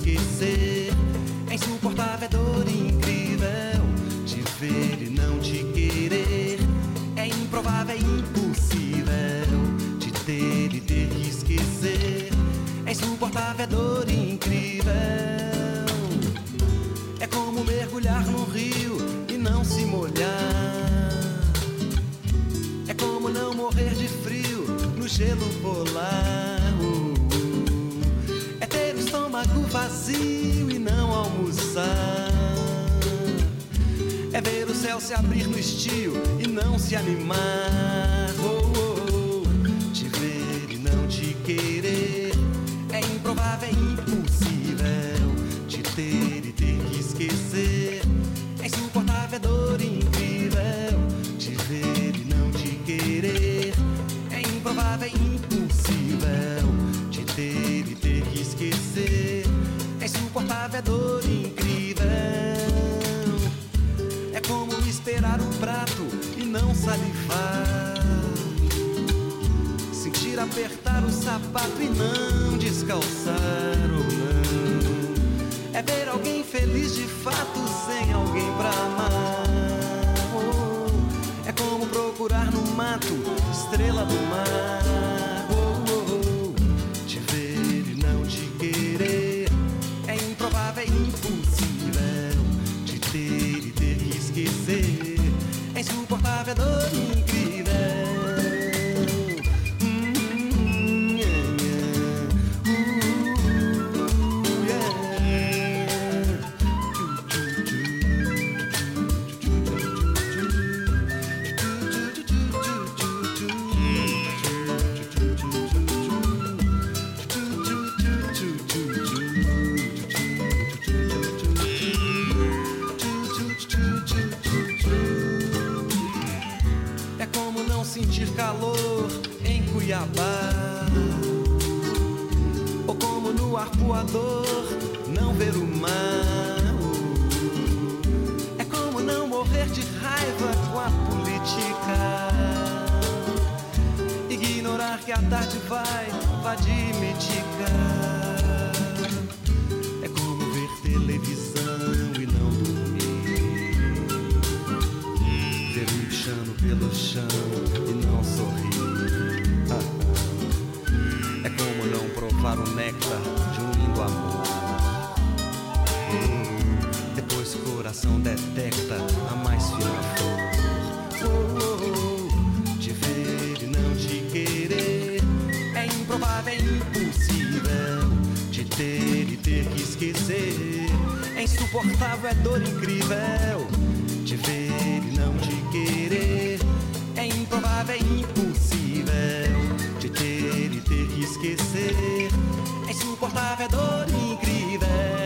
esquecer. É insuportável, é dor incrível te ver e não te querer. É improvável, é impossível te ter e ter que esquecer. É insuportável, é dor incrível. É como mergulhar no rio e não se molhar. É como não morrer de frio no gelo polar. É ter o estômago vazio e não almoçar. É ver o céu se abrir no estio e não se animar. Te ver e não te querer. É improvável, é impossível te ter e ter que esquecer. É insuportável, é dor incrível te ver e não te querer. É improvável, é impossível te ter e ter que esquecer. É insuportável, é dor incrível. É como esperar o prato e não salivar. Sentir apertar o sapato e não descalçar, ou não. É ver alguém feliz de fato sem alguém pra amar. É como procurar no mato estrela do mar. Te ver e não te querer. É improvável, é impossível te ter e ter que esquecer. É insuportável, é dor incrível. Sentir calor em Cuiabá, ou como no arpoador não ver o mar. É como não morrer de raiva com a política, ignorar que a tarde vai invadir Mítica. É como ver televisão e não dormir, ver um pichando pelo chão e não sorrir. É como não provar o néctar de um lindo amor. Depois o coração detecta a mais fina flor. Te ver e não te querer. É improvável, é impossível te ter e ter que esquecer. É insuportável, é dor incrível te ver e não te querer. É improvável, é impossível te ter e ter que esquecer. É insuportável, é dor incrível.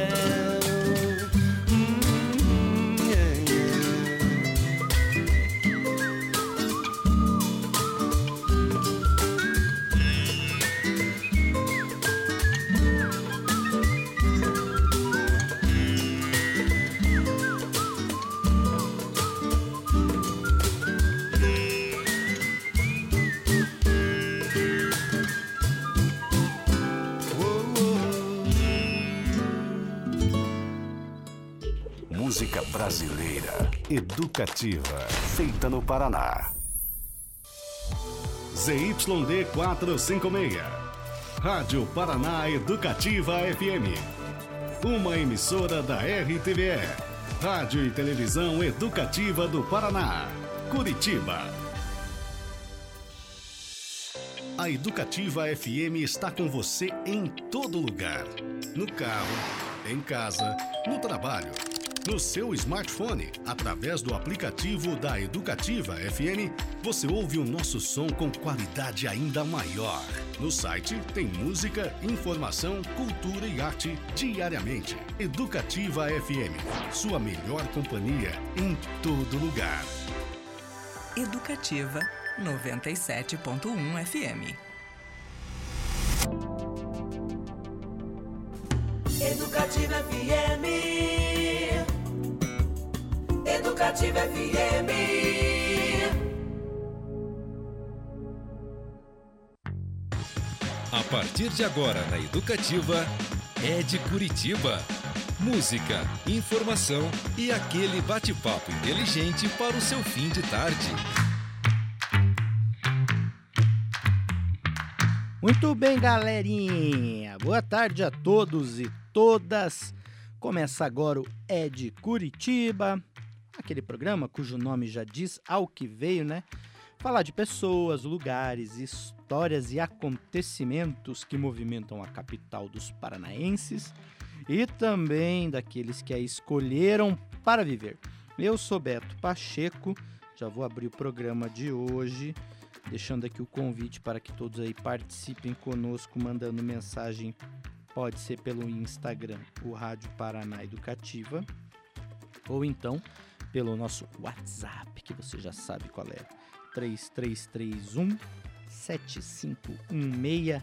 Música brasileira, educativa, feita no Paraná. ZYD 456, Rádio Paraná Educativa FM. Uma emissora da RTVE, Rádio e Televisão Educativa do Paraná, Curitiba. A Educativa FM está com você em todo lugar. No carro, em casa, no trabalho, no seu smartphone, através do aplicativo da Educativa FM, você ouve o nosso som com qualidade ainda maior. No site tem música, informação, cultura e arte diariamente. Educativa FM, sua melhor companhia em todo lugar. Educativa 97.1 FM. Educativa FM. Educativa FM. A partir de agora na Educativa, é de Curitiba. Música, informação e aquele bate-papo inteligente para o seu fim de tarde. Muito bem, galerinha. Boa tarde a todos e todas. Começa agora o É de Curitiba, aquele programa cujo nome já diz ao que veio, né? Falar de pessoas, lugares, histórias e acontecimentos que movimentam a capital dos paranaenses e também daqueles que a escolheram para viver. Eu sou Beto Pacheco, já vou abrir o programa de hoje, deixando aqui o convite para que todos aí participem conosco, mandando mensagem, pode ser pelo Instagram, o Rádio Paraná Educativa, ou então pelo nosso WhatsApp, que você já sabe qual é, 3331-7516,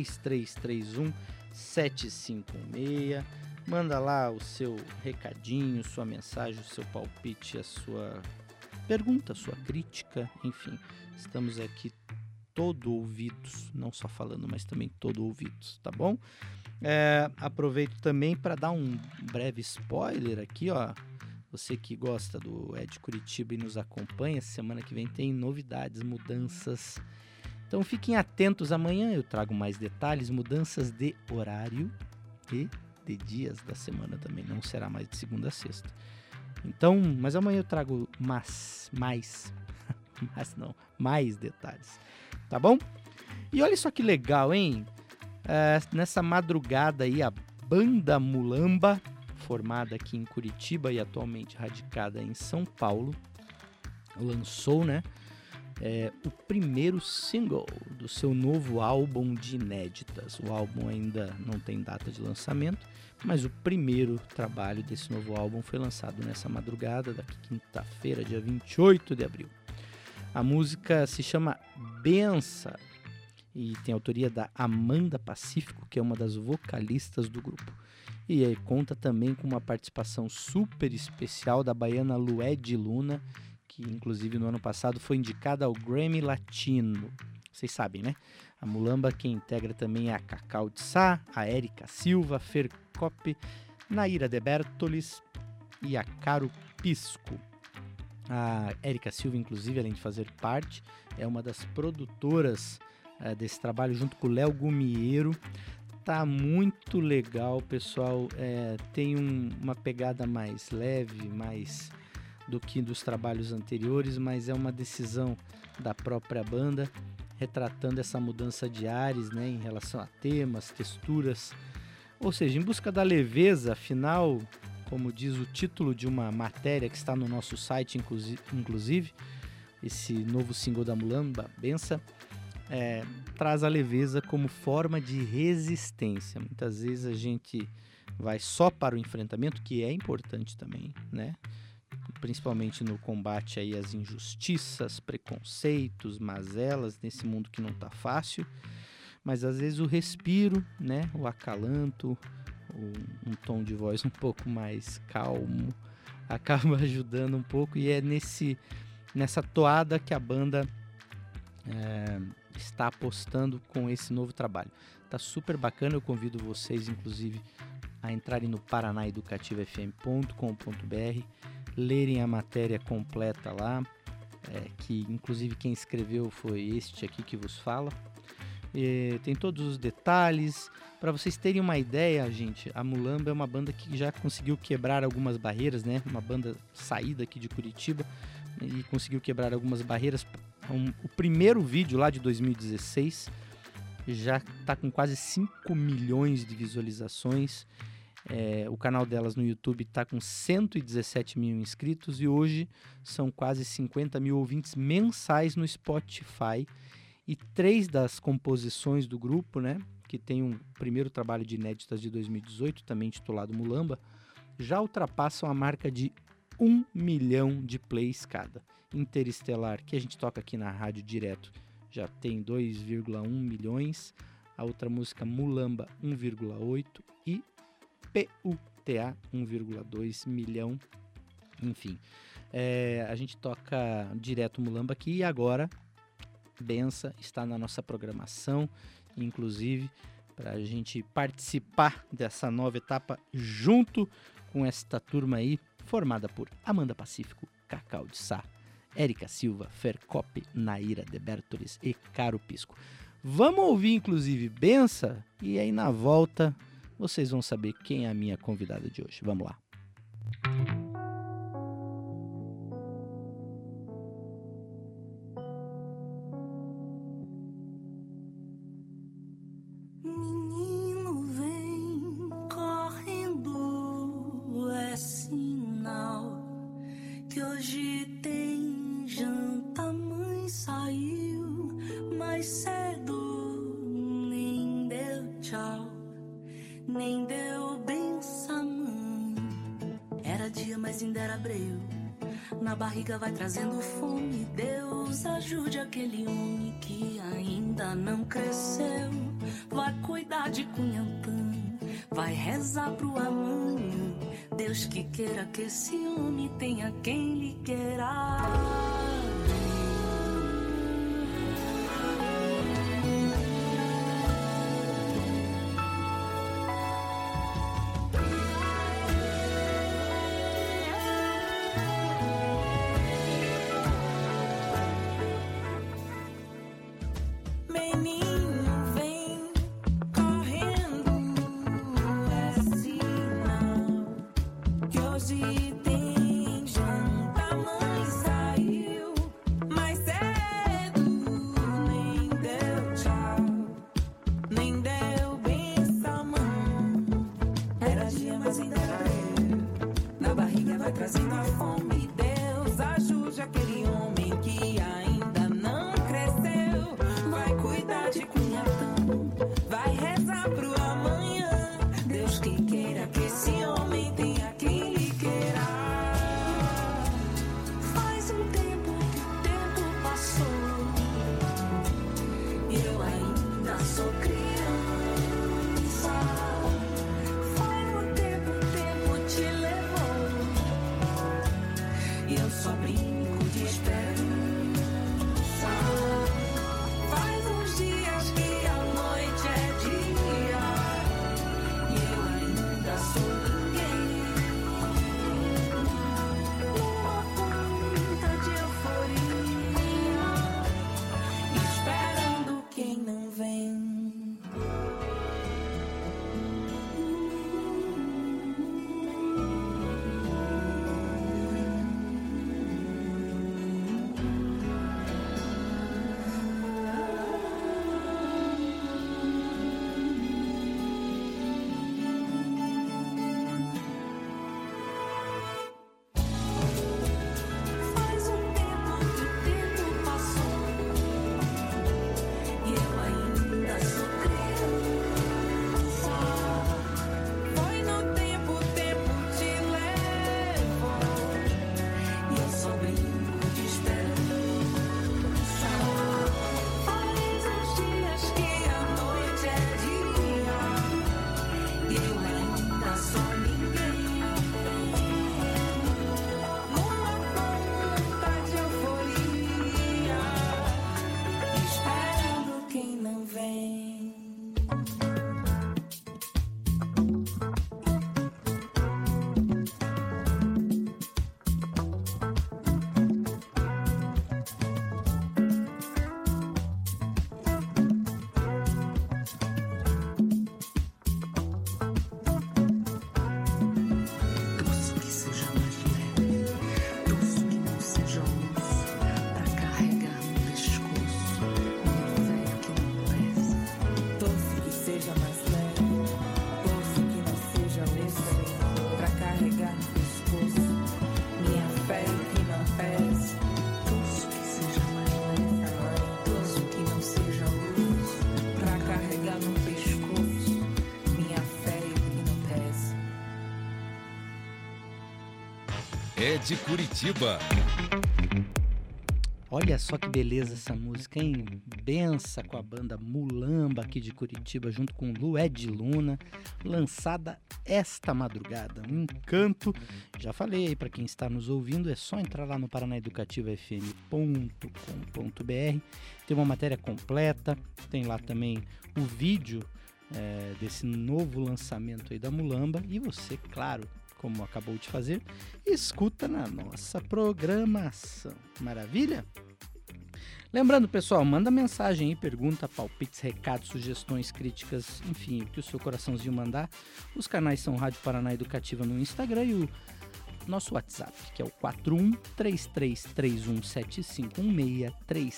3331-7516. Manda lá o seu recadinho, sua mensagem, o seu palpite, a sua pergunta, a sua crítica, enfim. Estamos aqui todo ouvidos, não só falando, mas também todo ouvidos, tá bom? Aproveito também para dar um breve spoiler aqui, ó. Você que gosta do É de Curitiba e nos acompanha, semana que vem tem novidades, mudanças. Então fiquem atentos, amanhã eu trago mais detalhes, mudanças de horário e de dias da semana também, não será mais de segunda a sexta. Então, mas amanhã eu trago mais detalhes, tá bom? E olha só que legal, hein? Nessa madrugada aí, a Banda Mulamba, formada aqui em Curitiba e atualmente radicada em São Paulo, lançou, né, o primeiro single do seu novo álbum de inéditas. O álbum ainda não tem data de lançamento, mas o primeiro trabalho desse novo álbum foi lançado nessa madrugada, daqui quinta-feira, dia 28 de abril. A música se chama Bença e tem autoria da Amanda Pacífico, que é uma das vocalistas do grupo. E aí conta também com uma participação super especial da baiana Lued Luna, que inclusive no ano passado foi indicada ao Grammy Latino. Vocês sabem, né? A Mulamba, quem integra também é a Cacau de Sá, a Érica Silva, Fer Coppi, Naira de Bertolis e a Caro Pisco. A Érica Silva, inclusive, além de fazer parte, é uma das produtoras desse trabalho, junto com o Léo Gumiero. Tá muito legal, pessoal. Tem uma pegada mais leve, mais do que dos trabalhos anteriores, mas é uma decisão da própria banda, retratando essa mudança de ares, né, em relação a temas, texturas, ou seja, em busca da leveza. Afinal, como diz o título de uma matéria que está no nosso site, inclusive, esse novo single da Mulamba, Bença, traz a leveza como forma de resistência. Muitas vezes a gente vai só para o enfrentamento, que é importante também, né? Principalmente no combate aí às injustiças, preconceitos, mazelas nesse mundo que não tá fácil. Mas às vezes o respiro, né? O acalanto, um tom de voz um pouco mais calmo, acaba ajudando um pouco. E é nessa toada que a banda está apostando com esse novo trabalho. Tá super bacana, eu convido vocês, inclusive, a entrarem no paranaeducativafm.com.br, lerem a matéria completa lá, que inclusive quem escreveu foi este aqui que vos fala. Tem todos os detalhes. Para vocês terem uma ideia, gente, a Mulamba é uma banda que já conseguiu quebrar algumas barreiras, né? Uma banda saída aqui de Curitiba e conseguiu quebrar algumas barreiras. O primeiro vídeo lá de 2016 já está com quase 5 milhões de visualizações. O canal delas no YouTube está com 117 mil inscritos e hoje são quase 50 mil ouvintes mensais no Spotify. E 3 das composições do grupo, né, que tem um primeiro trabalho de inéditas de 2018, também intitulado Mulamba, já ultrapassam a marca de 1 milhão de plays cada. Interestelar, que a gente toca aqui na rádio direto, já tem 2,1 milhões. A outra música, Mulamba, 1,8 e PUTA, 1,2 milhão. Enfim, a gente toca direto Mulamba aqui e agora Bença está na nossa programação, inclusive para a gente participar dessa nova etapa junto com esta turma aí, formada por Amanda Pacífico, Cacau de Sá, Érica Silva, Fercop, Naira de Bertolis e Caro Pisco. Vamos ouvir, inclusive, Bença, e aí na volta vocês vão saber quem é a minha convidada de hoje. Vamos lá. Menino, vem correndo, é sinal que hoje tem janta. Mãe saiu mais cedo, nem deu tchau, nem deu benção, mãe. Era dia, mas ainda era breu. Na barriga vai trazendo fome. Deus ajude aquele homem que ainda não cresceu. Vai cuidar de Cunhantã, vai rezar pro amanhã. Deus que queira que esse homem tenha quem lhe queira. É de Curitiba. Olha só que beleza essa música, hein? Bença com a banda Mulamba aqui de Curitiba, junto com Lued Luna, lançada esta madrugada. Um encanto. Já falei aí para quem está nos ouvindo, é só entrar lá no paranaeducativafm.com.br. Tem uma matéria completa, tem lá também o vídeo desse novo lançamento aí da Mulamba. E você, claro, como acabou de fazer, escuta na nossa programação. Maravilha? Lembrando, pessoal, manda mensagem aí, pergunta, palpites, recados, sugestões, críticas, enfim, o que o seu coraçãozinho mandar. Os canais são Rádio Paraná Educativa no Instagram e o nosso WhatsApp, que é o 4133317516,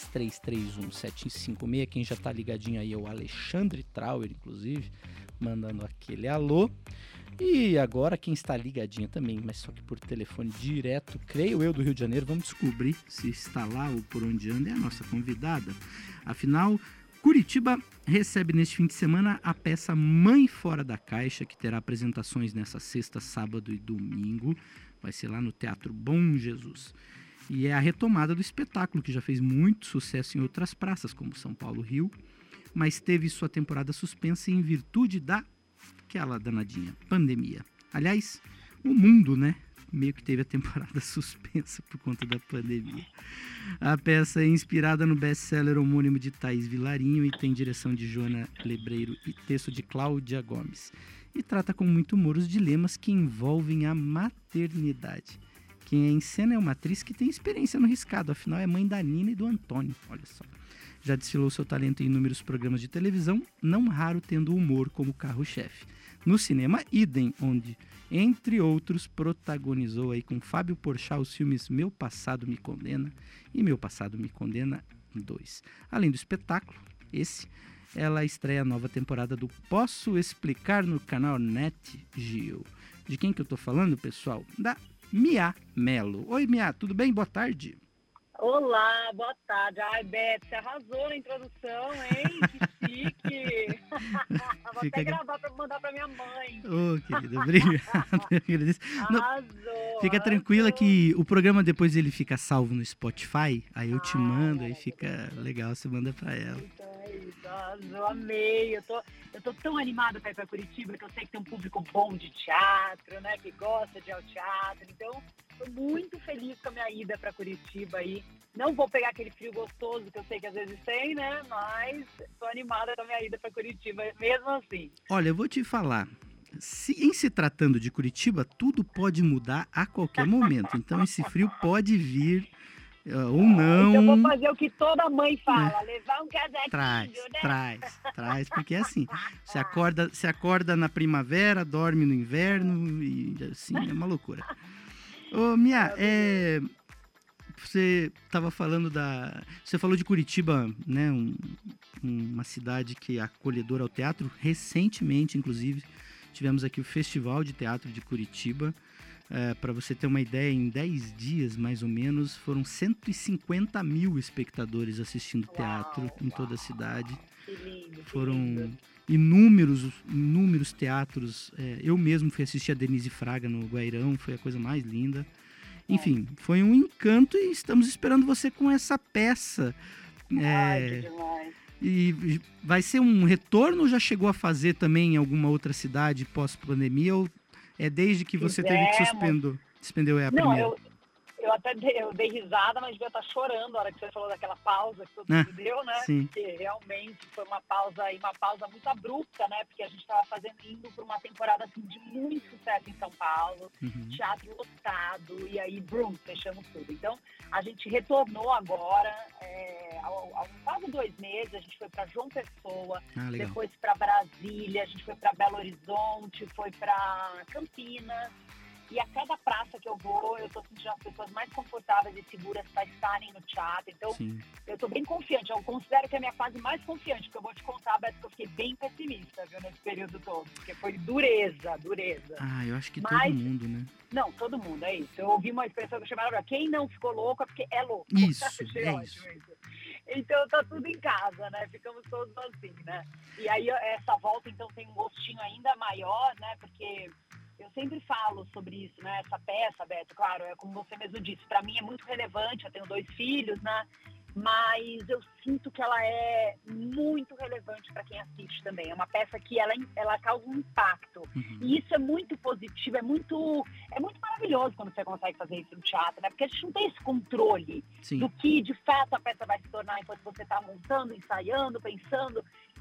33317516. Quem já tá ligadinho aí é o Alexandre Trauer, inclusive, mandando aquele alô. E agora quem está ligadinho também, mas só que por telefone direto, creio eu, do Rio de Janeiro, vamos descobrir se está lá ou por onde anda, é a nossa convidada. Afinal, Curitiba recebe neste fim de semana a peça Mãe Fora da Caixa, que terá apresentações nessa sexta, sábado e domingo. Vai ser lá no Teatro Bom Jesus. E é a retomada do espetáculo, que já fez muito sucesso em outras praças, como São Paulo, Rio, mas teve sua temporada suspensa em virtude daquela danadinha pandemia. Aliás, o mundo, né? Meio que teve a temporada suspensa por conta da pandemia. A peça é inspirada no best-seller homônimo de Thaís Vilarinho e tem direção de Joana Lebreiro e texto de Cláudia Gomes. E trata com muito humor os dilemas que envolvem a maternidade. Quem em cena é uma atriz que tem experiência no riscado, afinal é mãe da Nina e do Antônio, olha só. Já desfilou seu talento em inúmeros programas de televisão, não raro tendo o humor como carro-chefe. No cinema, idem, onde, entre outros, protagonizou aí com Fábio Porchat os filmes Meu Passado Me Condena e Meu Passado Me Condena 2. Além do espetáculo, ela estreia a nova temporada do Posso Explicar no canal Net Geo. De quem que eu tô falando, pessoal? Da Mia Mello. Oi, Mia, tudo bem? Boa tarde. Olá, boa tarde. Ai, Beto, você arrasou na introdução, hein? Que chique. Vou até gravar pra mandar pra minha mãe. Ô, querida, obrigado. Arrasou. Fica tranquila que o programa depois ele fica salvo no Spotify, aí eu te mando, aí fica legal, você manda pra ela. Então é isso, arrasou, amei. Eu tô tão animada pra ir pra Curitiba, que eu sei que tem um público bom de teatro, né? Que gosta de ir ao teatro, então... Estou muito feliz com a minha ida para Curitiba aí. Não vou pegar aquele frio gostoso que eu sei que às vezes tem, né? Mas estou animada com a minha ida para Curitiba, mesmo assim. Olha, eu vou te falar. Em se tratando de Curitiba, tudo pode mudar a qualquer momento. Então esse frio pode vir ou não. Então eu vou fazer o que toda mãe fala, levar um casaquinho, Traz, porque é assim, você acorda na primavera, dorme no inverno e assim, é uma loucura. Ô, Mia, você estava falando você falou de Curitiba, né, uma cidade que é acolhedora ao teatro. Recentemente, inclusive, tivemos aqui o Festival de Teatro de Curitiba. Para você ter uma ideia, em 10 dias, mais ou menos, foram 150 mil espectadores assistindo teatro em toda a cidade. Que lindo, foram inúmeros teatros. Eu mesmo fui assistir a Denise Fraga no Guairão, foi a coisa mais linda. Enfim, foi um encanto e estamos esperando você com essa peça. Ai, que demais. E vai ser um retorno ou já chegou a fazer também em alguma outra cidade pós-pandemia? Ou é desde que você teve que suspendeu a primeira? Eu dei risada, mas devia estar chorando a hora que você falou daquela pausa que todo mundo deu, né? Sim. Porque realmente foi uma pausa muito abrupta, né? Porque a gente estava indo por uma temporada assim, de muito sucesso em São Paulo, teatro lotado, e aí, fechamos tudo. Então, a gente retornou agora, há quase 2 meses, a gente foi para João Pessoa, depois para Brasília, a gente foi para Belo Horizonte, foi para Campinas. E a cada praça que eu vou, eu tô sentindo as pessoas mais confortáveis e seguras para estarem no teatro. Então, eu tô bem confiante. Eu considero que é a minha fase mais confiante, porque eu vou te contar, Beto, que eu fiquei bem pessimista, viu, nesse período todo. Porque foi dureza. Eu acho que todo mundo, né? Não, todo mundo, é isso. Eu ouvi uma expressão que eu chamava, quem não ficou louco é porque é louco. Isso. Então, tá tudo em casa, né? Ficamos todos assim, né? E aí, essa volta, então, tem um gostinho ainda maior, né? Porque... eu sempre falo sobre isso, né? Essa peça, Beto, claro, é como você mesmo disse, para mim é muito relevante, eu tenho 2 filhos, né? Mas eu sinto que ela é muito relevante para quem assiste também. É uma peça que ela causa um impacto. E isso é muito positivo, é muito maravilhoso quando você consegue fazer isso no teatro, né? Porque a gente não tem esse controle do que, de fato, a peça vai se tornar enquanto você está montando, ensaiando, pensando.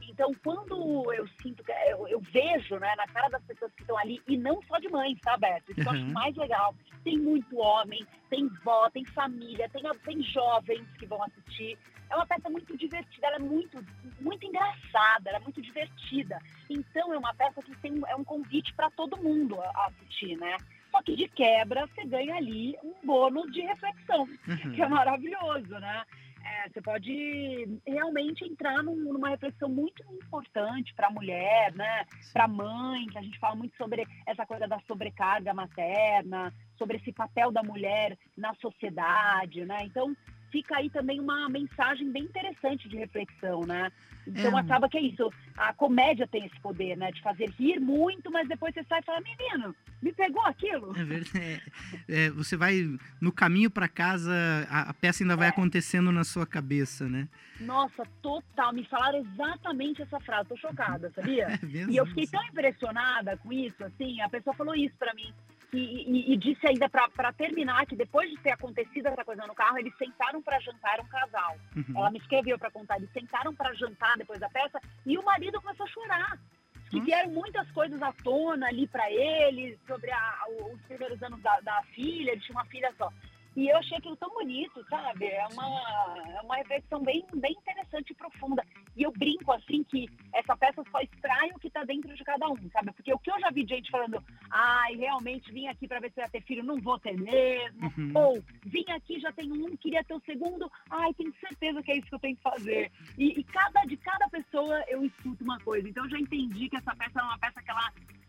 Então, quando eu sinto, eu vejo, né, na cara das pessoas que estão ali, e não só de mães, tá, Beto? Isso que eu acho mais legal. Tem muito homem, tem vó, tem família, tem jovens que vão assistir. É uma peça muito divertida, ela é muito, muito engraçada, ela é muito divertida. Então, é uma peça que é um convite para todo mundo a assistir, né? Só que de quebra, você ganha ali um bônus de reflexão, que é maravilhoso, né? Você pode realmente entrar numa reflexão muito importante para a mulher, né? Para a mãe, que a gente fala muito sobre essa coisa da sobrecarga materna, sobre esse papel da mulher na sociedade, né? Então, fica aí também uma mensagem bem interessante de reflexão, né? Então, acaba que é isso. A comédia tem esse poder, né? De fazer rir muito, mas depois você sai e fala, menino, me pegou aquilo? É verdade. Você vai no caminho para casa, a peça ainda vai acontecendo na sua cabeça, né? Nossa, total. Me falaram exatamente essa frase. Tô chocada, sabia? É mesmo? E eu fiquei tão impressionada com isso, assim. A pessoa falou isso pra mim. E disse ainda pra terminar que depois de ter acontecido essa coisa no carro, eles sentaram pra jantar, era um casal. Ela me escreveu pra contar, eles sentaram pra jantar depois da peça e o marido começou a chorar. Que vieram muitas coisas à tona ali pra ele, sobre os primeiros anos da filha, ele tinha uma filha só. E eu achei aquilo tão bonito, sabe? É uma reflexão bem, bem interessante e profunda. E eu brinco, assim, que essa peça só extrai o que tá dentro de cada um, sabe? Porque o que eu já vi de gente falando, realmente vim aqui pra ver se eu ia ter filho, não vou ter mesmo. Ou, vim aqui, já tenho um, queria ter o segundo, tenho certeza que é isso que eu tenho que fazer. E de cada pessoa eu escuto uma coisa. Então eu já entendi que essa peça é uma peça que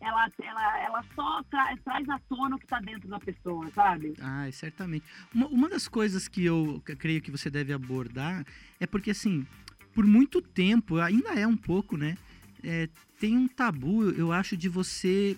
ela só traz à tona o que está dentro da pessoa, sabe? Certamente. Uma das coisas que eu creio que você deve abordar é porque, assim, por muito tempo, ainda é um pouco, né? Tem um tabu, eu acho, de você...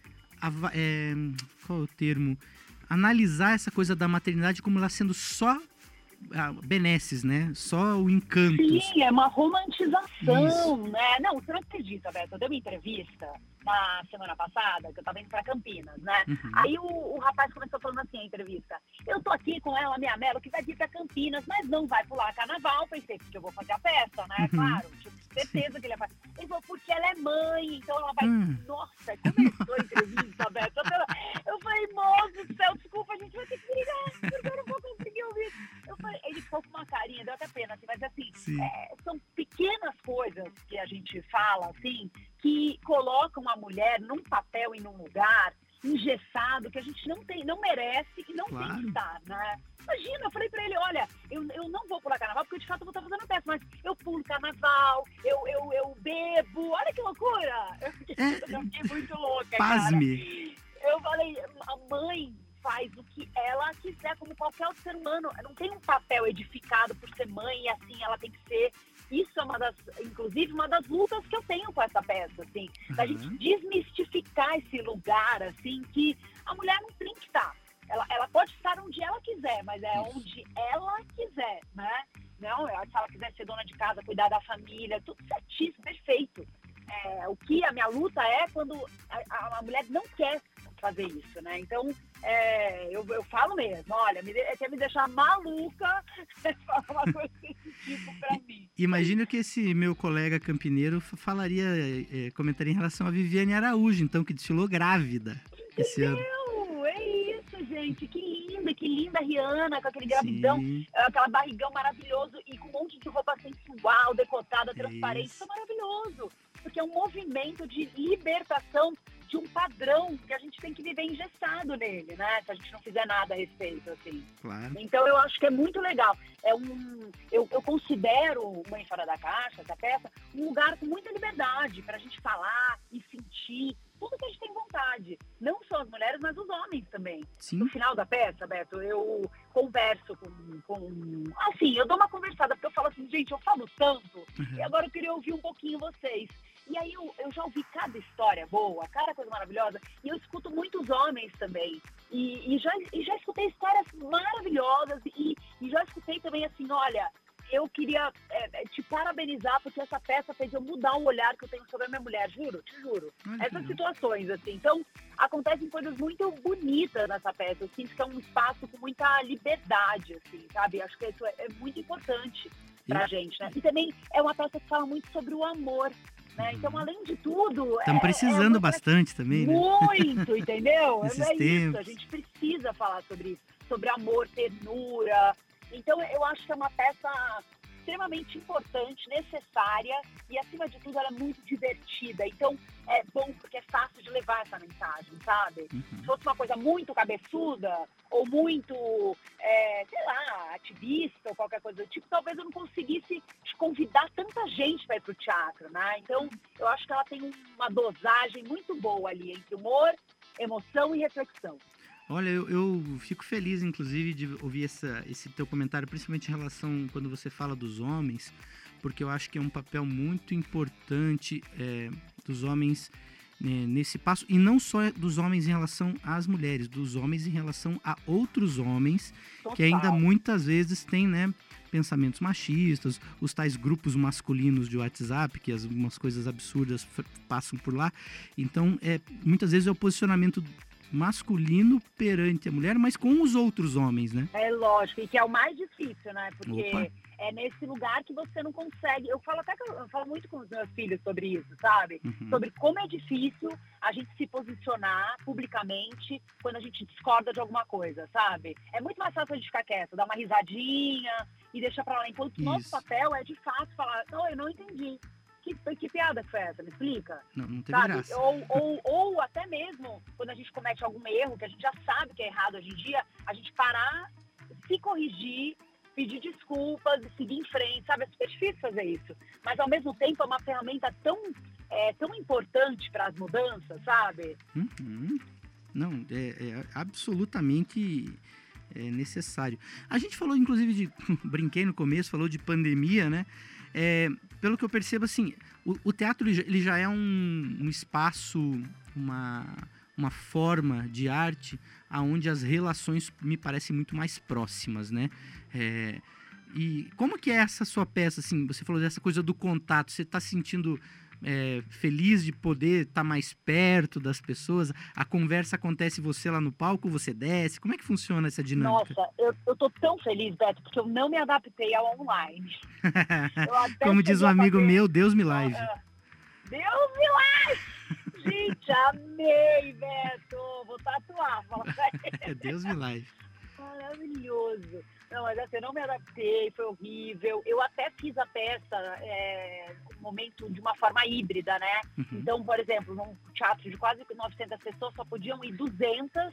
qual é o termo? Analisar essa coisa da maternidade como ela sendo só... benesses, né? Só o encanto. Sim, é uma romantização, né? Não, você não acredita, Beto. Eu dei uma entrevista na semana passada, que eu tava indo pra Campinas, né? Aí o rapaz começou falando assim, a entrevista. Eu tô aqui com ela, minha Melo, que vai vir pra Campinas, mas não vai pular carnaval. Pensei, porque eu vou fazer a festa, né? Claro, tipo, certeza que ele vai fazer. Ele falou, porque ela é mãe, então ela vai... Nossa, começou a entrevista, Beto. Eu falei, moço do céu, desculpa, a gente vai ter que brigar, porque eu não vou conseguir ouvir. Ele ficou com uma carinha, deu até pena, assim, mas assim, são pequenas coisas que a gente fala, assim, que colocam a mulher num papel e num lugar engessado que a gente não merece e não tem que estar, né? Imagina, eu falei pra ele, olha, eu não vou pular carnaval porque de fato eu vou estar fazendo peça, mas eu pulo carnaval, eu bebo, olha que loucura! Eu fiquei muito louca, Pasme. Cara. Eu falei, a mãe faz o que ela quiser, como qualquer outro ser humano. Não tem um papel edificado por ser mãe e assim ela tem que ser. Isso é inclusive, uma das lutas que eu tenho com essa peça, assim. Da gente desmistificar esse lugar, assim, que a mulher não tem que estar. Ela pode estar onde ela quiser, mas é onde ela quiser, né? Não, se ela quiser ser dona de casa, cuidar da família, tudo certíssimo, perfeito. O que a minha luta é quando a mulher não quer fazer isso, né? Então, eu falo mesmo, olha, quer me deixar maluca falar uma coisa desse tipo pra mim. Imagino que esse meu colega campineiro comentaria em relação a Viviane Araújo, então, que desfilou grávida esse ano. É isso, gente, que linda Rihanna, com aquele gravidão, aquela barrigão maravilhoso e com um monte de roupa sensual, decotada, transparente, isso é maravilhoso, porque é um movimento de libertação de um padrão que a gente tem que viver engessado nele, né? Se a gente não fizer nada a respeito, assim. Claro. Então, eu acho que é muito legal. Eu considero Mãe Fora da Caixa, essa peça, um lugar com muita liberdade pra gente falar e sentir tudo que a gente tem vontade. Não só as mulheres, mas os homens também. Sim. No final da peça, Beto, eu converso assim, eu dou uma conversada, porque eu falo assim, gente, eu falo tanto, e agora eu queria ouvir um pouquinho vocês. E aí eu já ouvi cada história boa, cada coisa maravilhosa, e eu escuto muitos homens também. E já escutei histórias maravilhosas, e já escutei também assim, olha, eu queria te parabenizar porque essa peça fez eu mudar o olhar que eu tenho sobre a minha mulher, te juro. Essas situações, assim. Então, acontecem coisas muito bonitas nessa peça. Eu sinto que é um espaço com muita liberdade, assim, sabe? Acho que isso é muito importante. pra gente, né? E também é uma peça que fala muito sobre o amor, né? Então, além de tudo... Estamos precisando bastante também, né? Muito, entendeu? Nesses Isso, tempos. a gente precisa falar sobre isso, sobre amor, ternura. Então, eu acho que é uma peça extremamente importante, necessária e, acima de tudo, ela é muito divertida. Então, é bom porque é fácil de levar essa mensagem, sabe? Se fosse uma coisa muito cabeçuda ou muito, sei lá, ativista ou qualquer coisa do tipo, talvez eu não conseguisse convidar tanta gente para ir pro teatro, né? Então, eu acho que ela tem uma dosagem muito boa ali entre humor, emoção e reflexão. Olha, eu fico feliz, inclusive, de ouvir esse teu comentário, principalmente em relação quando você fala dos homens, porque eu acho que é um papel muito importante dos homens nesse passo, e não só dos homens em relação às mulheres, dos homens em relação a outros homens, Total. Que ainda muitas vezes têm, né, pensamentos machistas, os tais grupos masculinos de WhatsApp, que algumas coisas absurdas passam por lá. Então, muitas vezes é o posicionamento masculino perante a mulher, mas com os outros homens, né? É lógico, e que é o mais difícil, né? Porque Opa. é nesse lugar que você não consegue... Eu falo muito com os meus filhos sobre isso, sabe? Sobre como é difícil a gente se posicionar publicamente quando a gente discorda de alguma coisa, sabe? É muito mais fácil a gente ficar quieto, dar uma risadinha e deixar pra lá. Enquanto o nosso papel é, de fato, falar, não, eu não entendi. Que piada foi essa? Me explica. Não teve sabe? graça. Ou até mesmo quando a gente comete algum erro, que a gente já sabe que é errado hoje em dia, a gente parar, se corrigir, pedir desculpas e seguir em frente, sabe? É super difícil fazer isso. Mas, ao mesmo tempo, é uma ferramenta tão importante para as mudanças, sabe? Não, é absolutamente necessário. A gente falou, inclusive, brinquei no começo, falou de pandemia, né? Pelo que eu percebo, assim, o teatro ele já é um espaço, uma forma de arte onde as relações me parecem muito mais próximas, né? E como que é essa sua peça, assim, você falou dessa coisa do contato, você está sentindo feliz de poder estar mais perto das pessoas? A conversa acontece você lá no palco, você desce? Como é que funciona essa dinâmica? Nossa, eu tô tão feliz, Beto, porque eu não me adaptei ao online. Como diz um amigo meu, Deus me live. Deus me live! Gente, amei, Beto! Vou tatuar, fala sério. Deus me live. Maravilhoso. Não, mas assim, eu não me adaptei, foi horrível. Eu até fiz a peça no momento de uma forma híbrida, né? Então, por exemplo, num teatro de quase 900 pessoas, só podiam ir 200,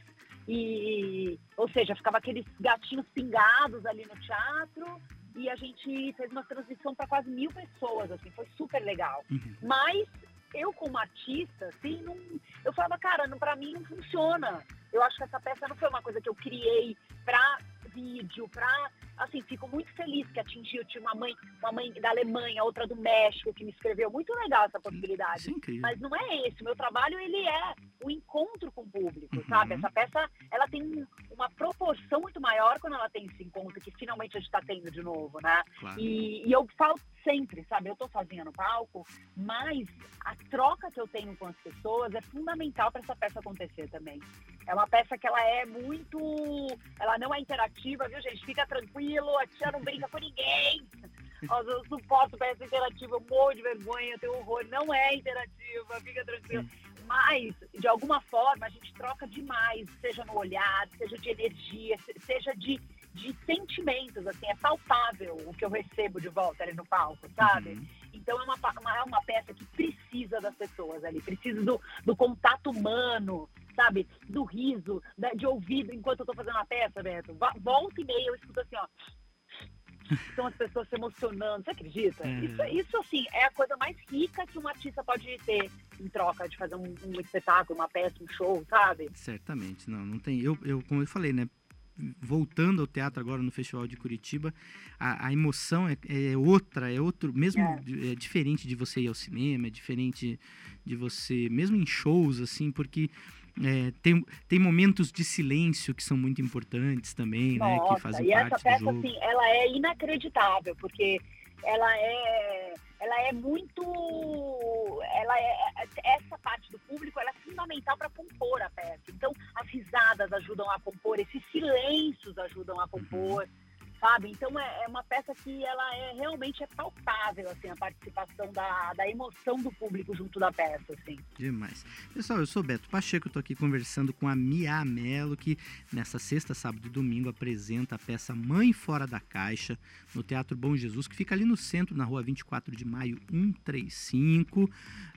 ou seja, ficava aqueles gatinhos pingados ali no teatro, e a gente fez uma transmissão para quase 1.000 pessoas, assim, foi super legal. Mas eu, como artista, assim, eu falava, cara, pra mim não funciona. Eu acho que essa peça não foi uma coisa que eu criei pra vídeo, assim, fico muito feliz que atingiu. Tinha uma mãe da Alemanha, outra do México, que me escreveu. Muito legal essa possibilidade. Isso é incrível. Mas não é esse. O meu trabalho, ele é o encontro com o público, sabe? Essa peça, ela tem uma proporção muito maior quando ela tem esse encontro, que finalmente a gente tá tendo de novo, né? Claro. E eu falo sempre, sabe? Eu tô sozinha no palco, mas a troca que eu tenho com as pessoas é fundamental para essa peça acontecer também. É uma peça que ela é muito... Ela não é interativa, viu, gente? Fica tranquilo, a tia não brinca com ninguém. Eu suporto peça interativa, eu morro de vergonha, eu tenho horror. Não é interativa, fica tranquilo. Mas, de alguma forma, a gente troca demais, seja no olhar, seja de energia, seja de sentimentos, assim, é palpável o que eu recebo de volta ali no palco, sabe? Então é uma peça que precisa das pessoas ali, precisa do contato humano, sabe? Do riso, de ouvido enquanto eu tô fazendo a peça, Beto. Volta e meia eu escuto assim, ó. São as pessoas se emocionando, você acredita? Isso, assim, é a coisa mais rica que um artista pode ter em troca de fazer um espetáculo, uma peça, um show, sabe? Certamente, não tem... Como eu falei, né? Voltando ao teatro agora no Festival de Curitiba, a emoção é outro, mesmo é diferente de você ir ao cinema, é diferente de você, mesmo em shows, assim, porque tem momentos de silêncio que são muito importantes também, né, que fazem parte do jogo. E essa peça, assim, ela é inacreditável, porque ela é muito... essa parte do público, ela é fundamental para compor a peça. Então, as risadas ajudam a compor, esses silêncios ajudam a compor, sabe? Então é uma peça que ela realmente é palpável, assim, a participação da emoção do público junto da peça, assim. Demais. Pessoal, eu sou Beto Pacheco, eu tô aqui conversando com a Mia Mello, que nessa sexta, sábado e domingo apresenta a peça Mãe Fora da Caixa, no Teatro Bom Jesus, que fica ali no centro, na rua 24 de maio, 135.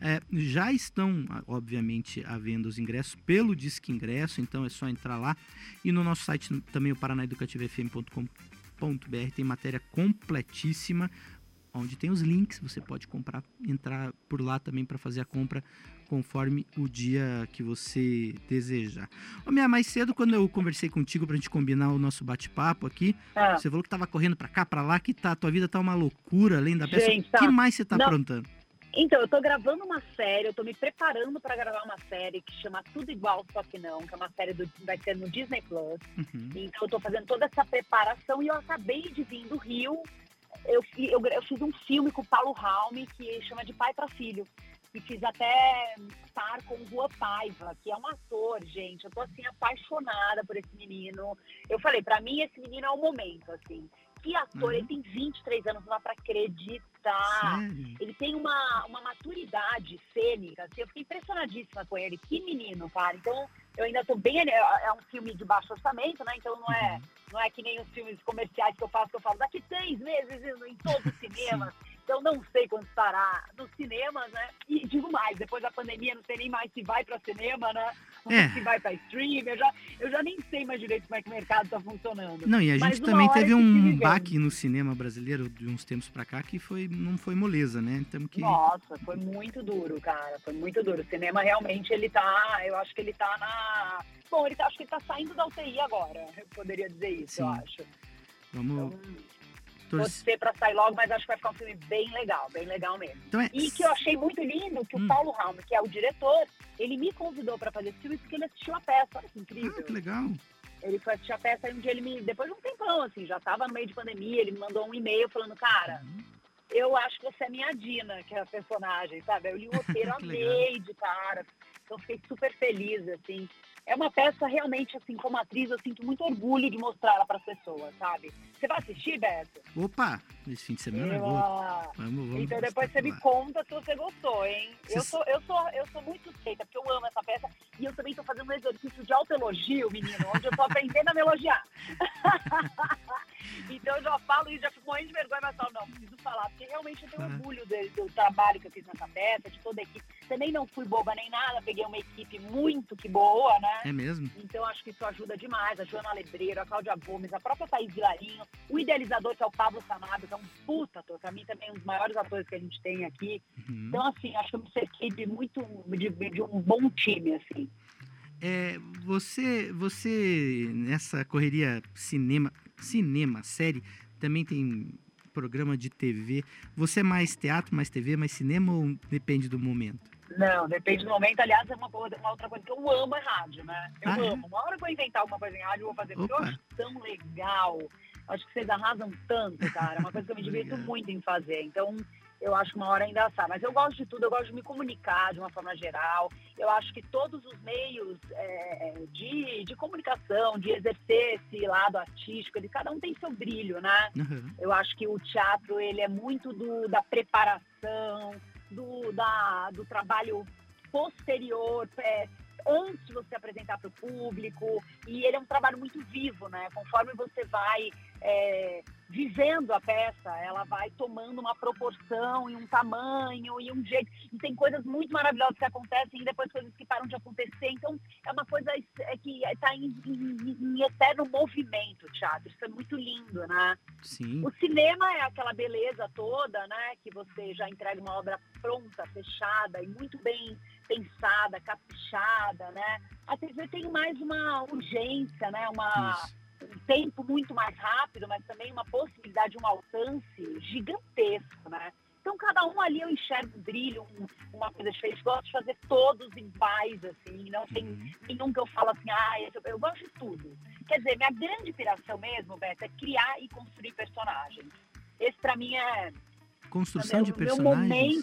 Já estão, obviamente, à venda os ingressos pelo Disque Ingresso, então é só entrar lá. E no nosso site também, o paranaeducativofm.com.br, tem matéria completíssima, onde tem os links, você pode entrar por lá também para fazer a compra conforme o dia que você desejar. Ô, Mia, mais cedo, quando eu conversei contigo pra gente combinar o nosso bate-papo aqui, você falou que tava correndo pra cá, pra lá, que a tua vida tá uma loucura, além da peça. O que mais você tá aprontando? Então, eu tô gravando uma série, eu tô me preparando para gravar uma série que chama Tudo Igual, Só Que Não, que é uma série vai ser no Disney Plus. Então, eu tô fazendo toda essa preparação e eu acabei de vir do Rio. Eu fiz um filme com o Paulo Raume que chama De Pai para Filho. E fiz até par com o Juan Paiva, que é um ator, gente. Eu tô, assim, apaixonada por esse menino. Eu falei, pra mim, esse menino é o momento, assim. Que ator, ele tem 23 anos, não dá pra acreditar. Sério? Ele tem uma maturidade cênica, assim, eu fiquei impressionadíssima com ele. Que menino, cara. Então, eu ainda tô bem... É um filme de baixo orçamento, né? Então, não é que nem os filmes comerciais que eu falo daqui 3 meses em todos os cinemas. Então, não sei quando estará nos cinemas, né? E digo mais, depois da pandemia, não sei nem mais se vai para cinema, né? Se vai para stream. Eu já nem sei mais direito como é que o mercado está funcionando. Não, e a gente também teve um baque no cinema brasileiro de uns tempos para cá que não foi moleza, né? Então, Nossa, foi muito duro, cara. Foi muito duro. O cinema realmente, eu acho que ele tá na... Bom, acho que ele tá saindo da UTI agora. Eu poderia dizer isso, Sim. eu acho. Vamos... torcer pra sair logo, mas acho que vai ficar um filme bem legal mesmo. Então E que eu achei muito lindo, que o Paulo Raume, que é o diretor, ele me convidou pra fazer esse filme porque ele assistiu a peça. Olha que incrível. Que legal. Ele foi assistir a peça e um dia depois de um tempão, assim, já tava no meio de pandemia, ele me mandou um e-mail falando, cara, eu acho que você é minha Dina, que é a personagem, sabe? Eu li o roteiro, amei de cara. Então fiquei super feliz, assim. É uma peça realmente, assim, como atriz, eu sinto muito orgulho de mostrar ela para as pessoas, sabe? Você vai assistir, Beto? Opa, nesse fim de semana eu vou. Vamos. Então depois você me conta se você gostou, hein? Eu sou muito suspeita, porque eu amo essa peça e eu também tô fazendo um exercício de autoelogio, menino, onde eu tô aprendendo a me elogiar. Então eu já falo e já fico morrendo de vergonha, mas falo, não, preciso falar, porque realmente eu tenho orgulho do trabalho que eu fiz nessa peça, de toda a equipe. Também não fui boba nem nada, peguei uma equipe muito que boa, né? É mesmo? Então acho que isso ajuda demais. A Joana Lebreiro, a Cláudia Gomes, a própria Thaís Vilarinho, o idealizador, que é o Pablo Sanabio, que é um puta ator, pra mim também é um dos maiores atores que a gente tem aqui. Então, assim, acho que eu me cerquei de um bom time, assim. Você nessa correria cinema, série, também tem programa de TV. Você é mais teatro, mais TV, mais cinema ou depende do momento? Não, depende do momento. Aliás, é uma outra coisa que eu amo é rádio, né? Eu amo. Uma hora que eu inventar alguma coisa em rádio, eu vou fazer, porque eu acho tão legal. Acho que vocês arrasam tanto, cara. É uma coisa que eu me divirto muito em fazer. Então, eu acho que uma hora ainda sai. Mas eu gosto de tudo, eu gosto de me comunicar de uma forma geral. Eu acho que todos os meios de comunicação, de exercer esse lado artístico, cada um tem seu brilho, né? Eu acho que o teatro, ele é muito da preparação, do trabalho posterior, antes de você apresentar para o público, e ele é um trabalho muito vivo, né? Conforme você vai vivendo a peça, ela vai tomando uma proporção e um tamanho e um jeito, e tem coisas muito maravilhosas que acontecem e depois coisas que param de acontecer, então é uma coisa que está em eterno movimento, o teatro, isso é muito lindo, né? Sim. O cinema é aquela beleza toda, né, que você já entrega uma obra pronta, fechada e muito bem pensada, caprichada, né? A TV tem mais uma urgência, né, um tempo muito mais rápido, mas também uma possibilidade, um alcance gigantesco, né? Então, cada um ali eu enxergo um brilho, uma coisa diferente. Gosto de fazer todos iguais, assim. Não tem nenhum que eu falo assim, eu gosto de tudo. Quer dizer, minha grande inspiração mesmo, Beto, é criar e construir personagens. Esse, pra mim, construção de personagens? Meu momento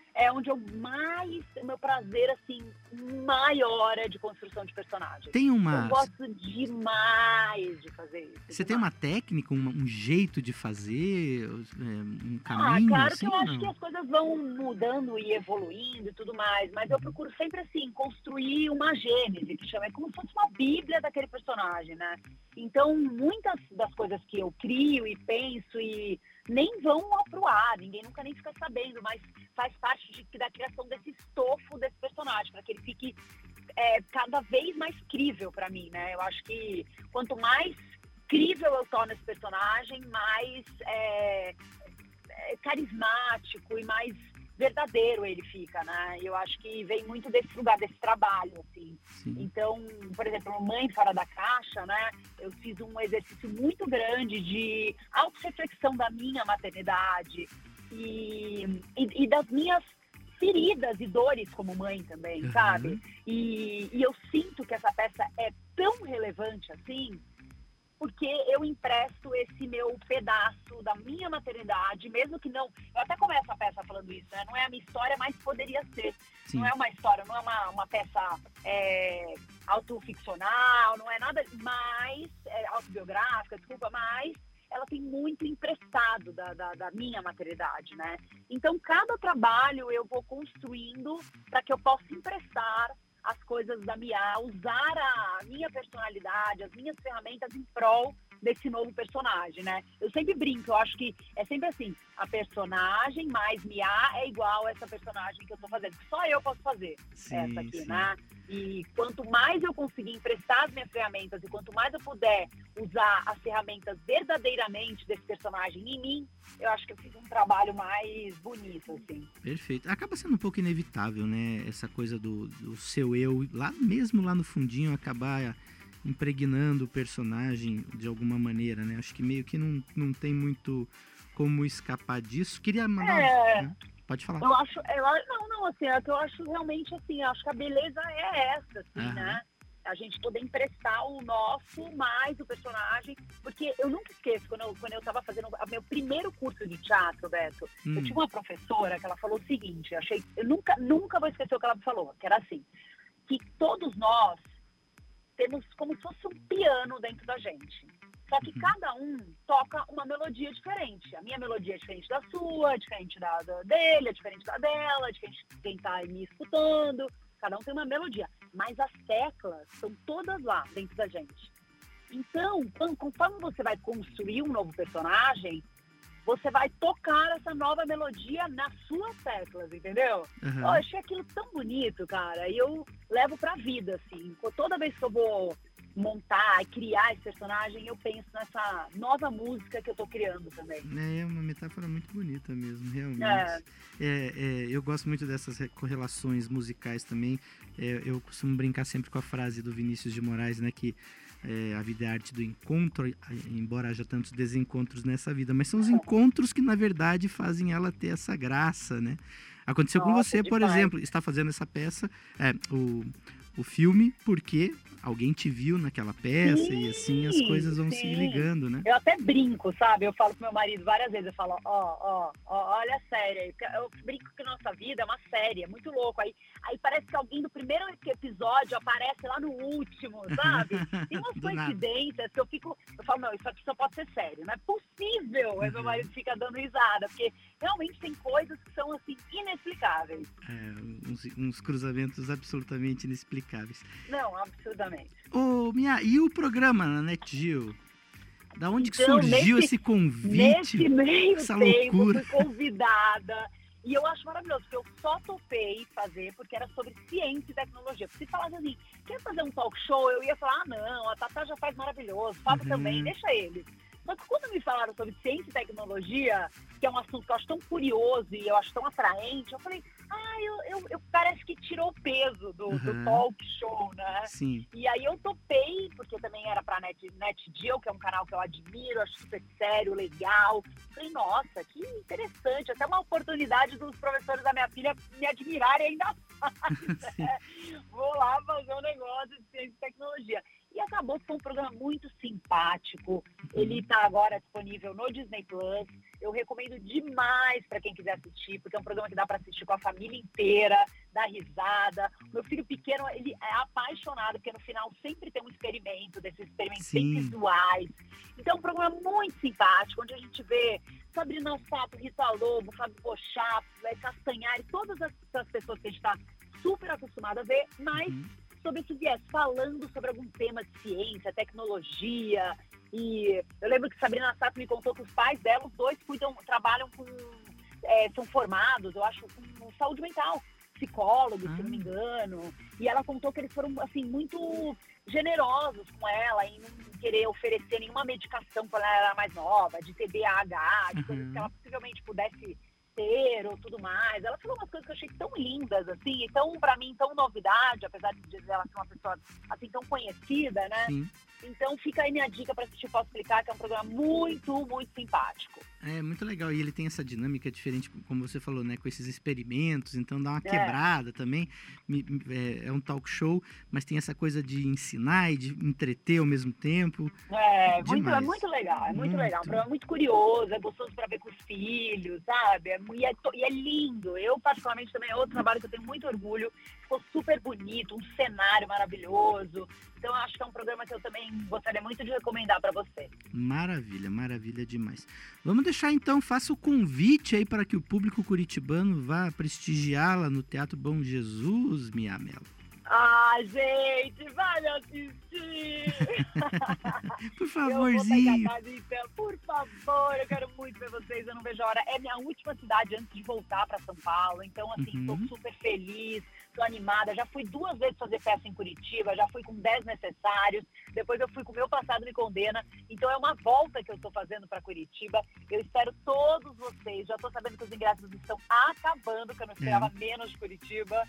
é onde o meu prazer, assim, maior é de construção de personagem. Eu gosto demais de fazer isso. Você tem uma técnica, um jeito de fazer, um caminho? Claro assim, que eu acho que as coisas vão mudando e evoluindo e tudo mais, mas eu procuro sempre, assim, construir uma gênese, que chama, é como se fosse uma bíblia daquele personagem, né? Então, muitas das coisas que eu crio e penso e nem vão pro ar, ninguém nunca nem fica sabendo, mas faz parte da criação desse estofo desse personagem, para que ele fique cada vez mais crível para mim, né? Eu acho que quanto mais crível eu torno esse personagem, mais carismático e mais verdadeiro ele fica, né? E eu acho que vem muito desse lugar, desse trabalho, assim. Sim. Então, por exemplo, Mãe Fora da Caixa, né? Eu fiz um exercício muito grande de autorreflexão da minha maternidade e das minhas feridas e dores como mãe também, sabe? E eu sinto que essa peça é tão relevante assim, porque eu empresto esse meu pedaço da minha maternidade, mesmo que não... Eu até começo a peça falando isso, né? Não é a minha história, mas poderia ser. Sim. Não é uma história, não é uma peça autoficcional, não é nada mais autobiográfica, desculpa, mas ela tem muito emprestado da minha maternidade, né? Então, cada trabalho eu vou construindo para que eu possa emprestar as coisas da Mia, usar a minha personalidade, as minhas ferramentas em prol desse novo personagem, né? Eu sempre brinco, eu acho que é sempre assim, a personagem mais Mia é igual a essa personagem que eu tô fazendo, que só eu posso fazer essa aqui, né? E quanto mais eu conseguir emprestar as minhas ferramentas e quanto mais eu puder usar as ferramentas verdadeiramente desse personagem em mim, eu acho que eu fiz um trabalho mais bonito, assim. Perfeito. Acaba sendo um pouco inevitável, né? Essa coisa do seu eu, mesmo lá no fundinho, acabar impregnando o personagem de alguma maneira, né? Acho que meio que não tem muito como escapar disso. Queria mandar... Né? Pode falar. Eu acho... assim, é que eu acho realmente, assim, acho que a beleza é essa, assim, né? A gente poder emprestar o nosso mais o personagem, porque eu nunca esqueço, quando eu tava fazendo o meu primeiro curso de teatro, Beto, eu tinha uma professora que ela falou o seguinte, eu nunca vou esquecer o que ela me falou, que era assim, que todos nós temos como se fosse um piano dentro da gente. Só que cada um toca uma melodia diferente. A minha melodia é diferente da sua, é diferente da dele, é diferente da dela, é diferente de quem tá me escutando. Cada um tem uma melodia. Mas as teclas são todas lá dentro da gente. Então, conforme você vai construir um novo personagem, você vai tocar essa nova melodia nas suas teclas, entendeu? Eu achei aquilo tão bonito, cara. E eu levo pra vida, assim. Toda vez que eu vou montar e criar esse personagem, eu penso nessa nova música que eu tô criando também. É uma metáfora muito bonita mesmo, realmente. Eu gosto muito dessas correlações musicais também. Eu costumo brincar sempre com a frase do Vinícius de Moraes, né, que a vida é a arte do encontro, embora haja tantos desencontros nessa vida, mas são os encontros que, na verdade, fazem ela ter essa graça, né? Aconteceu com você, por exemplo, está fazendo essa peça, o filme, porque alguém te viu naquela peça e assim as coisas vão se ligando, né? Eu até brinco, sabe? Eu falo pro meu marido várias vezes, eu falo, olha a série. Eu brinco que nossa vida é uma série, é muito louco. Aí parece que alguém do primeiro episódio aparece lá no último, sabe? Tem umas coincidências que eu falo, não, isso aqui só pode ser sério, não é possível. Aí meu marido fica dando risada, porque realmente tem coisas que são, assim, inexplicáveis. Uns cruzamentos absolutamente inexplicáveis. Não, absolutamente. Ô, Mia, e o programa na NetGeo? Da onde que surgiu esse convite? Nesse meio essa tempo, loucura? fui convidada. E eu acho maravilhoso, porque eu só topei fazer porque era sobre ciência e tecnologia. Porque se falasse assim, quer fazer um talk show? Eu ia falar, não, a Tatá já faz maravilhoso, Fábio também, deixa ele. Só que quando me falaram sobre ciência e tecnologia, que é um assunto que eu acho tão curioso e eu acho tão atraente, eu falei, eu parece que tirou o peso do talk show, né? Sim. E aí eu topei, porque também era pra NetGeo, que é um canal que eu admiro, acho super sério, legal. Falei, nossa, que interessante, até uma oportunidade dos professores da minha filha me admirarem ainda mais, né? Vou lá fazer um negócio de ciência e tecnologia. E acabou, foi um programa muito simpático. Ele está agora disponível no Disney Plus. Eu recomendo demais para quem quiser assistir, porque é um programa que dá para assistir com a família inteira, dar risada. Meu filho pequeno, ele é apaixonado, porque no final sempre tem um experimento, desses experimentos bem visuais. Então é um programa muito simpático, onde a gente vê Sabrina Sato, Rita Lobo, Fábio Porchat, Castanhari, todas essas pessoas que a gente está super acostumado a ver, mas sobre esse viés, falando sobre algum tema de ciência, tecnologia. E eu lembro que Sabrina Sato me contou que os pais dela, os dois trabalham com, são formados, eu acho, com saúde mental, psicólogos, se não me engano. E ela contou que eles foram, assim, muito generosos com ela em não querer oferecer nenhuma medicação quando ela era mais nova, de TDAH, de coisas que ela possivelmente pudesse ter ou tudo mais. Ela falou umas coisas que eu achei tão lindas, assim, e tão, pra mim, tão novidade, apesar de dizer ela ser uma pessoa, assim, tão conhecida, né? Sim. Então fica aí minha dica para assistir Posso Explicar, que é um programa muito, muito simpático. É muito legal, e ele tem essa dinâmica diferente, como você falou, né, com esses experimentos, então dá uma quebrada também. É um talk show, mas tem essa coisa de ensinar e de entreter ao mesmo tempo. É muito legal, é muito legal. Um programa muito curioso, é gostoso para ver com os filhos, sabe? E é lindo. Eu, particularmente, também é outro trabalho que eu tenho muito orgulho. Ficou super bonito, um cenário maravilhoso. Então, eu acho que é um programa que eu também gostaria muito de recomendar para você. Maravilha, maravilha demais. Vamos deixar, então, faça o convite aí para que o público curitibano vá prestigiá-la no Teatro Bom Jesus, Mia Mello. Gente, vai me assistir! Por favorzinho. Eu vou pegar, então, por favor, eu quero muito ver vocês, eu não vejo a hora. É minha última cidade antes de voltar para São Paulo, então, assim, estou super feliz, estou animada. Já fui 2 vezes fazer peça em Curitiba, já fui com 10 necessários, depois eu fui com o Meu Passado Me Condena, então é uma volta que eu estou fazendo para Curitiba. Eu espero todos vocês, já estou sabendo que os ingressos estão acabando, que eu não esperava menos de Curitiba.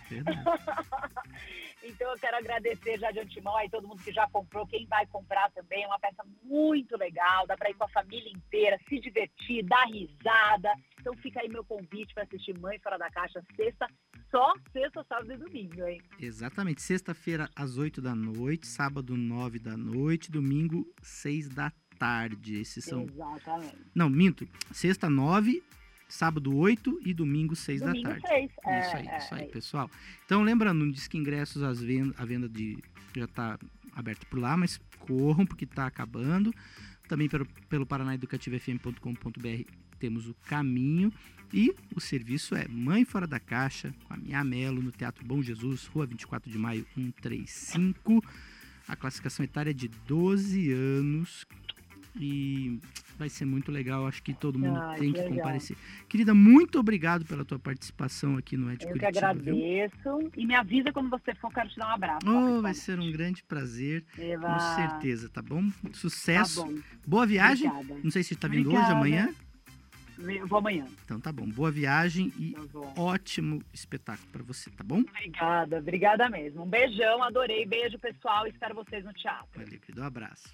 Então eu quero agradecer já de antemão aí todo mundo que já comprou, quem vai comprar também, é uma peça muito legal, dá para ir com a família inteira, se divertir, dar risada. Então fica aí meu convite para assistir Mãe Fora da Caixa, só sexta, sábado e domingo, hein? Exatamente, sexta-feira às 8 da noite, sábado 9 da noite, domingo 6 da tarde. Esses são... Exatamente. Não, minto, sexta 9, sábado 8 e domingo 6 da tarde. 6. Isso aí, pessoal. Então, lembrando, no Disque Ingressos, a venda já está aberta por lá, mas corram, porque está acabando. Também pelo paranaeducativofm.com.br temos o caminho. E o serviço é Mãe Fora da Caixa, com a Mia Mello, no Teatro Bom Jesus, Rua 24 de Maio, 135. A classificação etária é de 12 anos. E vai ser muito legal, acho que todo mundo tem que comparecer. Querida, muito obrigado pela tua participação aqui no Ed Curitiba. Eu que agradeço. E me avisa quando você for, quero te dar um abraço. Vai ser um grande prazer, com certeza, tá bom? Sucesso. Tá bom. Boa viagem. Obrigada. Não sei se está vindo hoje, amanhã. Eu vou amanhã. Então tá bom. Boa viagem e ótimo espetáculo para você, tá bom? Obrigada mesmo. Um beijão, adorei. Beijo, pessoal. Espero vocês no teatro. Valeu, querido. Um abraço.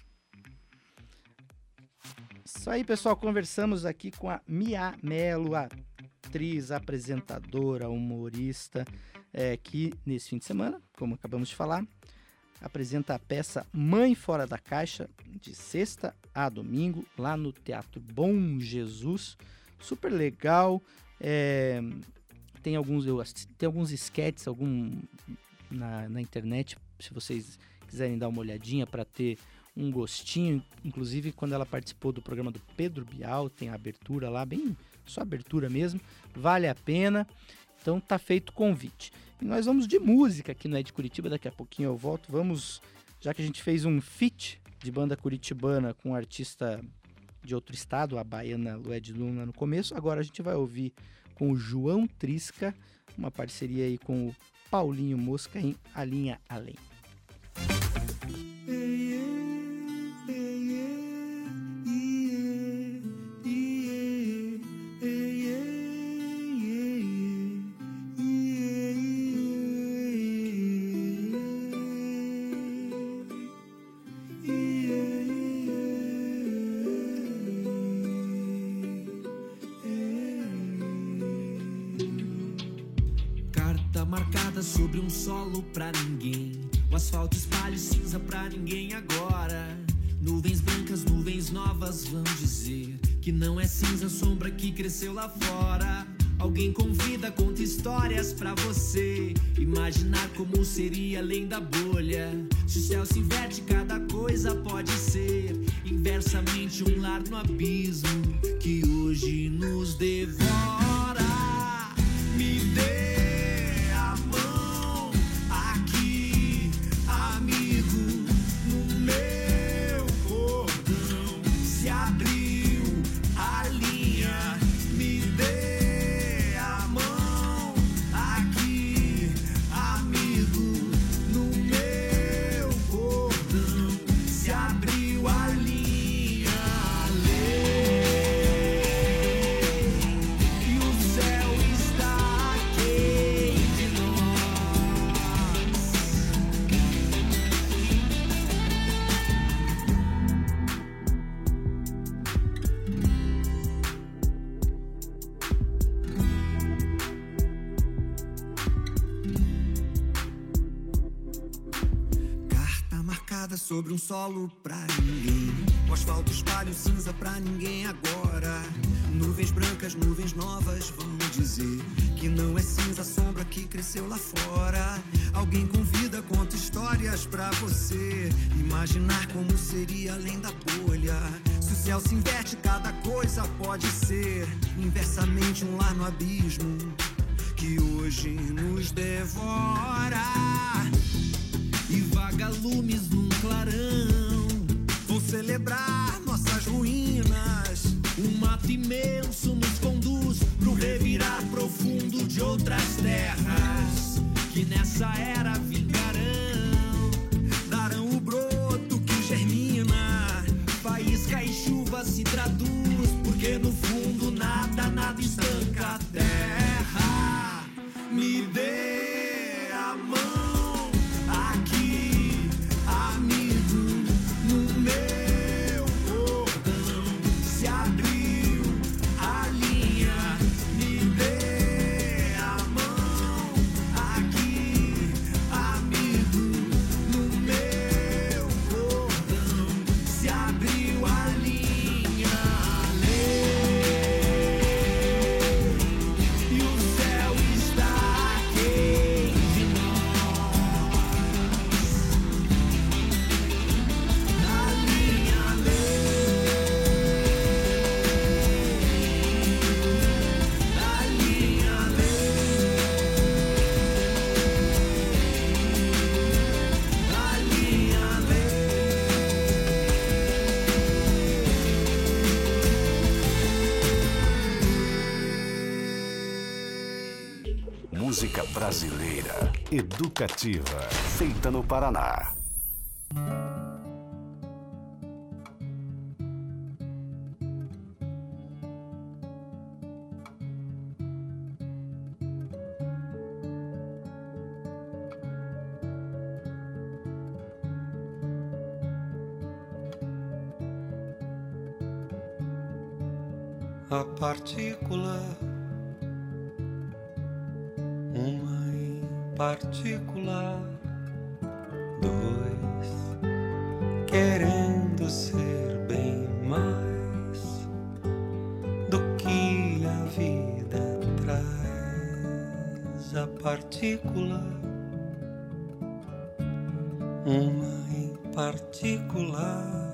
Isso aí, pessoal, conversamos aqui com a Mia Mello, atriz, apresentadora, humorista, que nesse fim de semana, como acabamos de falar, apresenta a peça Mãe Fora da Caixa, de sexta a domingo, lá no Teatro Bom Jesus. Super legal, tem alguns sketches na internet, se vocês quiserem dar uma olhadinha para ter um gostinho, inclusive quando ela participou do programa do Pedro Bial, tem a abertura lá, bem só abertura mesmo, vale a pena, então tá feito o convite. E nós vamos de música aqui no Ed Curitiba, daqui a pouquinho eu volto, já que a gente fez um feat de banda curitibana com um artista de outro estado, a baiana Lued Luna no começo, agora a gente vai ouvir com o João Trisca, uma parceria aí com o Paulinho Mosca em A Linha Além. sobre um solo pra ninguém. O asfalto espalha cinza pra ninguém agora. Nuvens brancas, nuvens novas vão dizer que não é cinza a sombra que cresceu lá fora. Alguém convida, conta histórias pra você imaginar como seria além da bolha. Se o céu se inverte, cada coisa pode ser inversamente um lar no abismo que hoje nos devora. Me dê a mão aqui, amigo, no meu cordão se abriu a linha. Me dê a mão aqui, amigo, no meu cordão se abriu a linha. E o céu está quente de nós. Carta marcada sobre um solo pra ninguém. O asfalto espalha o cinza pra ninguém agora. Nuvens brancas, nuvens novas vão dizer que não é cinza a sombra que cresceu lá fora. Alguém convida, conta histórias pra você imaginar como seria além da bolha. Se o céu se inverte, cada coisa pode ser inversamente um lar no abismo que hoje nos devora. E vagalumes num clarão vão celebrar nossas ruínas. Um mato imenso nos conduz pro revirar profundo de outras terras que nessa era vingarão, darão o broto que germina. Faísca e chuva se traduz, porque no fundo nada, nada estanca a terra. Me dê a mão aqui, amigo, no meu cordão se abriu a linha. Me dê a mão aqui, amigo, no meu cordão se abriu a linha. E o céu está quente de nós. A linha a linha a linha Música brasileira, educativa, feita no Paraná. A partícula, uma em particular, dois querendo ser bem mais do que a vida traz. A partícula, uma em particular,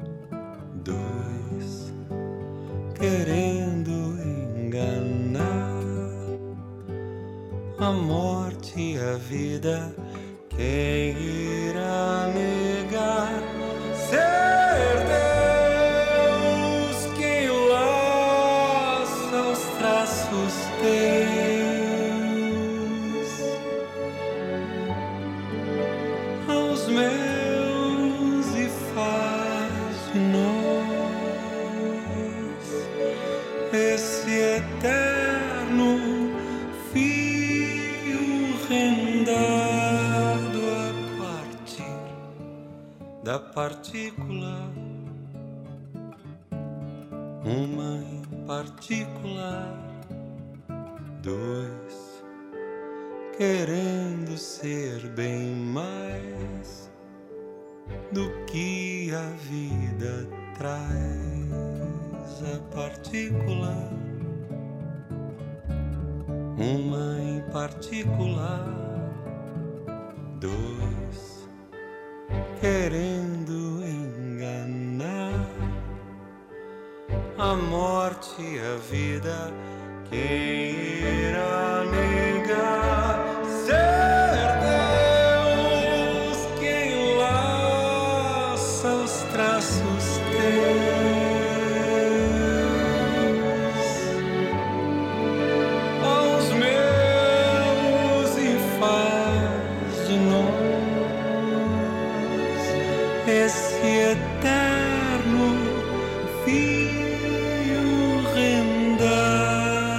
dois querendo enganar a morte e a vida. Quem irá negar ser Deus? Quem laça os traços teus aos meus e faz de nós esse eterno fio rendado a partir da partícula, uma em particular, dois querendo ser bem mais do que a vida traz. A partícula, uma em particular, dois querendo enganar a morte e a vida. Quem irá negar ser Deus? Quem laça os traços teus aos meus e faz de nós esse eterno fio rendado.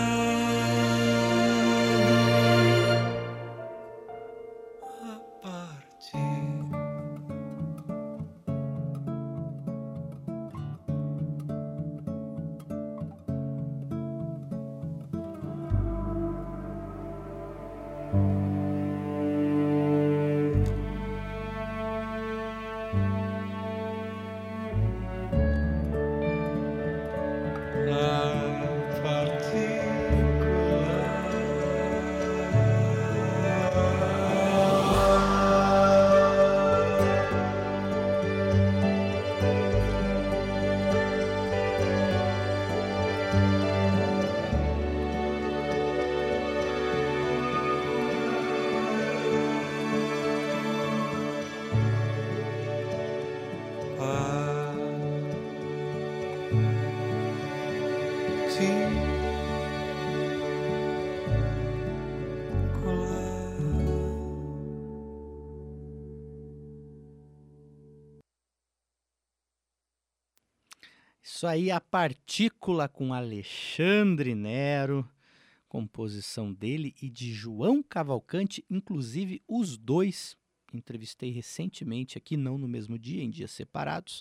Isso aí, A Partícula, com Alexandre Nero, composição dele e de João Cavalcante, inclusive os dois. Entrevistei recentemente aqui, não no mesmo dia, em dias separados.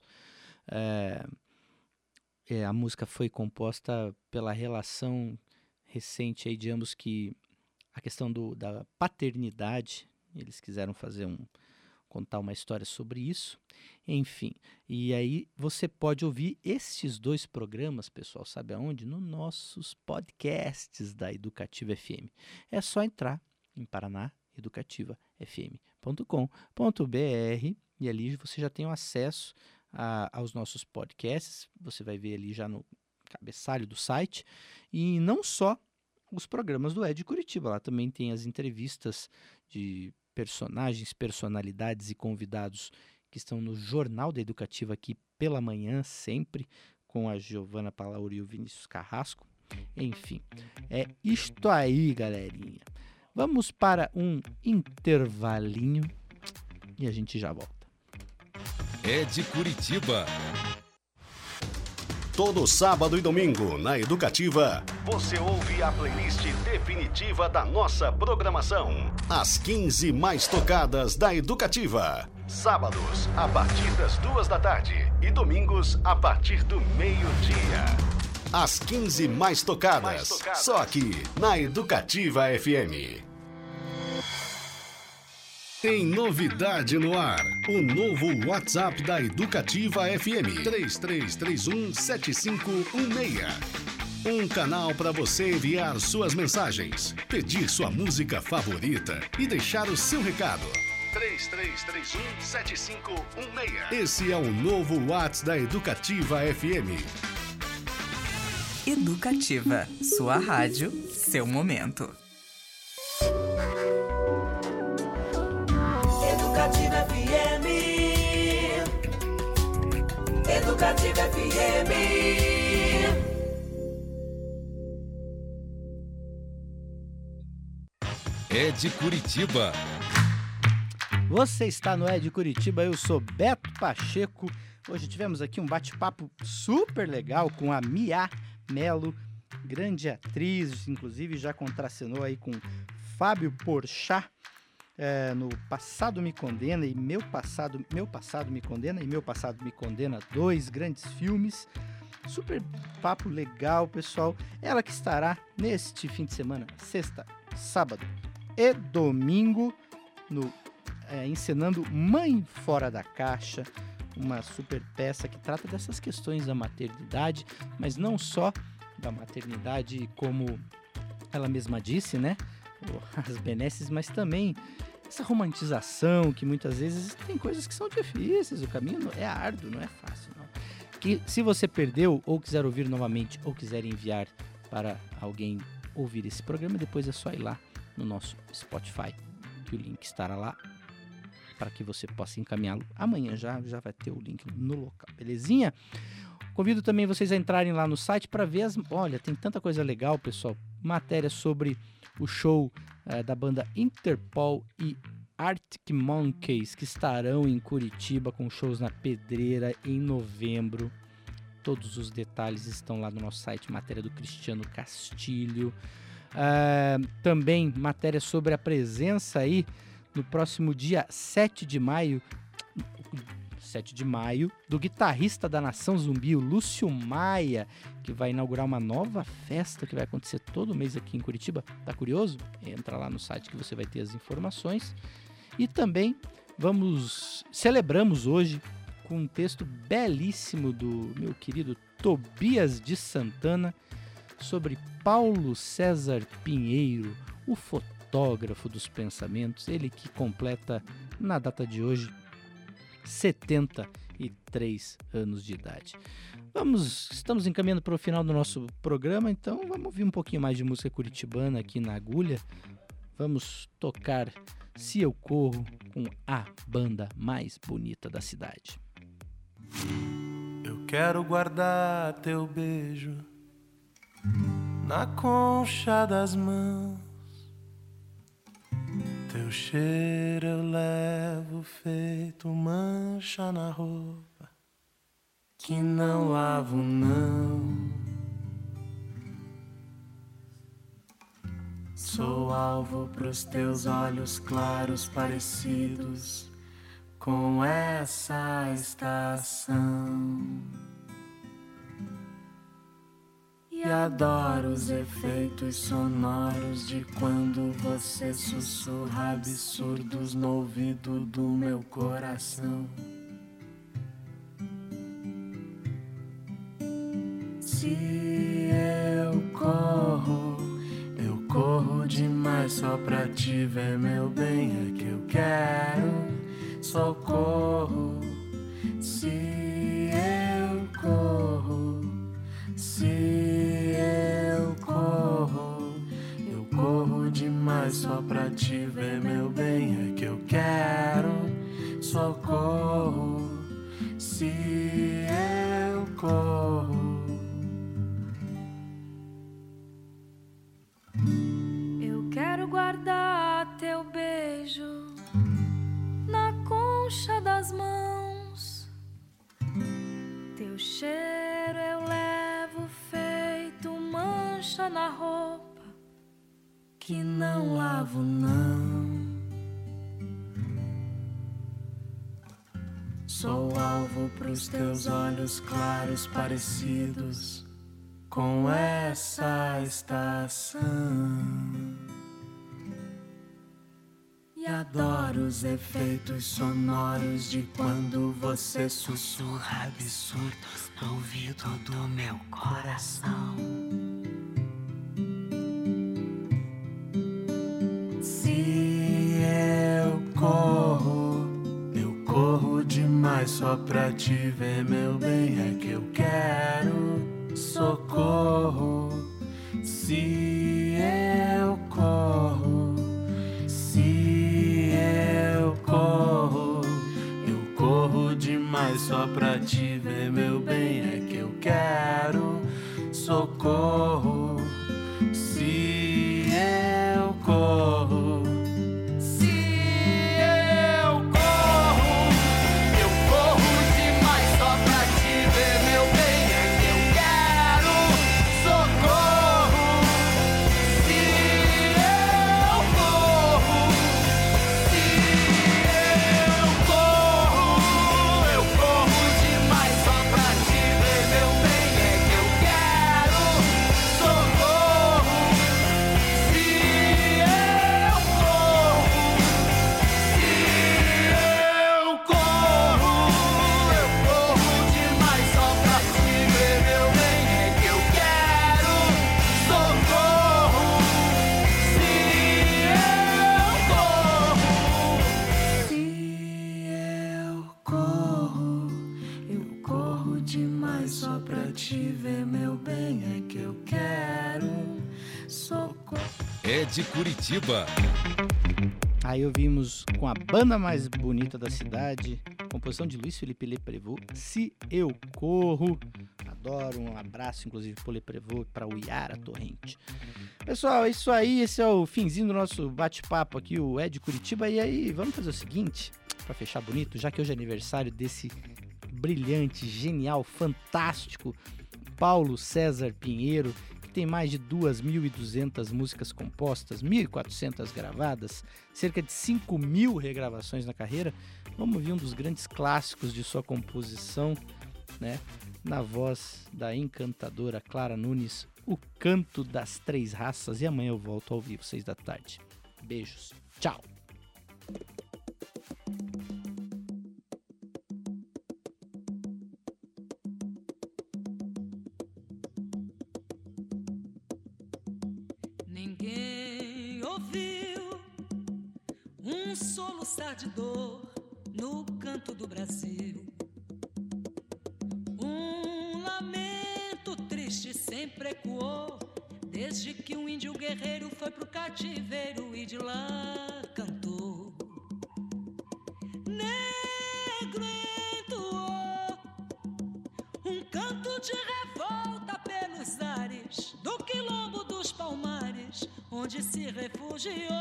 A música foi composta pela relação recente aí de ambos, que a questão da paternidade, eles quiseram contar uma história sobre isso, enfim. E aí você pode ouvir esses dois programas, pessoal, sabe aonde? Nos nossos podcasts da Educativa FM. É só entrar em paranaeducativafm.com.br e ali você já tem acesso aos nossos podcasts. Você vai ver ali já no cabeçalho do site. E não só os programas do Ed Curitiba, lá também tem as entrevistas de personagens, personalidades e convidados que estão no Jornal da Educativa aqui pela manhã, sempre, com a Giovana Palauri e o Vinícius Carrasco. Enfim, é isto aí, galerinha. Vamos para um intervalinho e a gente já volta. Ed Curitiba. Todo sábado e domingo, na Educativa, você ouve a playlist definitiva da nossa programação. As 15 mais tocadas da Educativa. Sábados, a partir das 2 da tarde. E domingos, a partir do meio-dia. As 15 mais tocadas. Só aqui, na Educativa FM. Tem novidade no ar. O novo WhatsApp da Educativa FM. 3331-7516. Um canal para você enviar suas mensagens, pedir sua música favorita e deixar o seu recado. 3331-7516. Esse é o novo WhatsApp da Educativa FM. Educativa, sua rádio, seu momento. Educativa FM. Educativa FM. Ed Curitiba. Você está no Ed Curitiba, eu sou Beto Pacheco. Hoje tivemos aqui um bate-papo super legal com a Mia Mello, grande atriz, inclusive já contracenou aí com Fábio Porchat no Passado Me Condena e Meu Passado Me Condena e Meu Passado Me Condena, 2 grandes filmes. Super papo legal, pessoal. Ela que estará neste fim de semana, sexta, sábado, e domingo, encenando Mãe Fora da Caixa, uma super peça que trata dessas questões da maternidade, mas não só da maternidade, como ela mesma disse, né? As benesses, mas também essa romantização que muitas vezes tem coisas que são difíceis, o caminho é árduo, não é fácil, não. Que se você perdeu ou quiser ouvir novamente ou quiser enviar para alguém ouvir esse programa, depois é só ir lá no nosso Spotify, que o link estará lá para que você possa encaminhá-lo. Amanhã já vai ter o link no local, belezinha? Convido também vocês a entrarem lá no site para ver Olha, tem tanta coisa legal, pessoal. Matéria sobre o show da banda Interpol e Arctic Monkeys, que estarão em Curitiba com shows na Pedreira em novembro. Todos os detalhes estão lá no nosso site, matéria do Cristiano Castilho. Também matéria sobre a presença aí no próximo dia 7 de maio, do guitarrista da Nação Zumbi, o Lúcio Maia, que vai inaugurar uma nova festa que vai acontecer todo mês aqui em Curitiba. Tá curioso? Entra lá no site que você vai ter as informações. E também celebramos hoje com um texto belíssimo do meu querido Tobias de Santana sobre Paulo César Pinheiro, o fotógrafo dos pensamentos, ele que completa na data de hoje 73 anos de idade. Estamos encaminhando para o final do nosso programa, então vamos ouvir um pouquinho mais de música curitibana aqui na agulha. Vamos tocar Se Eu Corro com a banda mais bonita da cidade. Eu quero guardar teu beijo na concha das mãos. Teu cheiro eu levo feito mancha na roupa que não lavo não. Sou alvo pros teus olhos claros parecidos com essa estação. E adoro os efeitos sonoros de quando você sussurra absurdos no ouvido do meu coração. Se eu corro demais só pra te ver, meu bem, é que eu quero socorro. Se eu corro demais só pra te ver, meu bem, é que eu quero socorro. Se eu corro, eu quero guardar teu beijo na concha das mãos. Teu cheiro eu levo feito mancha na roupa que não lavo não. Sou alvo pros teus olhos claros parecidos com essa estação. E adoro os efeitos sonoros de quando você sussurra absurdos no ouvido do meu coração. Se eu corro demais só pra te ver, meu bem, é que eu quero socorro. Se eu corro demais só pra te ver, meu bem, é que eu quero socorro. Se eu corro demais só pra te ver, meu bem, é que eu quero socorro. Se Curitiba, meu bem, é que eu quero socorro. É de Curitiba. Aí ouvimos com a banda mais bonita da cidade, composição de Luiz Felipe Leprevaux, Se Eu Corro. Adoro, um abraço inclusive pro Leprevaux, para o Iara Torrente. Pessoal, é isso aí, esse é o finzinho do nosso bate-papo aqui, o É de Curitiba. E aí, vamos fazer o seguinte, para fechar bonito, já que hoje é aniversário desse brilhante, genial, fantástico Paulo César Pinheiro, que tem mais de 2.200 músicas compostas, 1.400 gravadas, cerca de 5.000 regravações na carreira. Vamos ouvir um dos grandes clássicos de sua composição, né? Na voz da encantadora Clara Nunes, O Canto das Três Raças. E amanhã eu volto ao vivo, 6 da tarde. Beijos, tchau! Ninguém ouviu um soluçar de dor no canto do Brasil. Um lamento triste sempre ecoou desde que um índio guerreiro foi pro cativeiro e de lá cantou. Negro entoou um canto de revolta pelos ares do quilombo dos Palmares, onde se refugiou.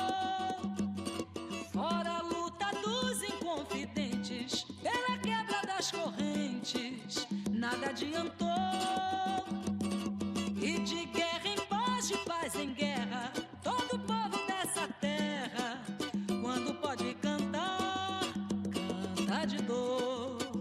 Fora a luta dos inconfidentes pela quebra das correntes, nada adiantou. E de guerra em paz, de paz em guerra, todo povo dessa terra, quando pode cantar, canta de dor.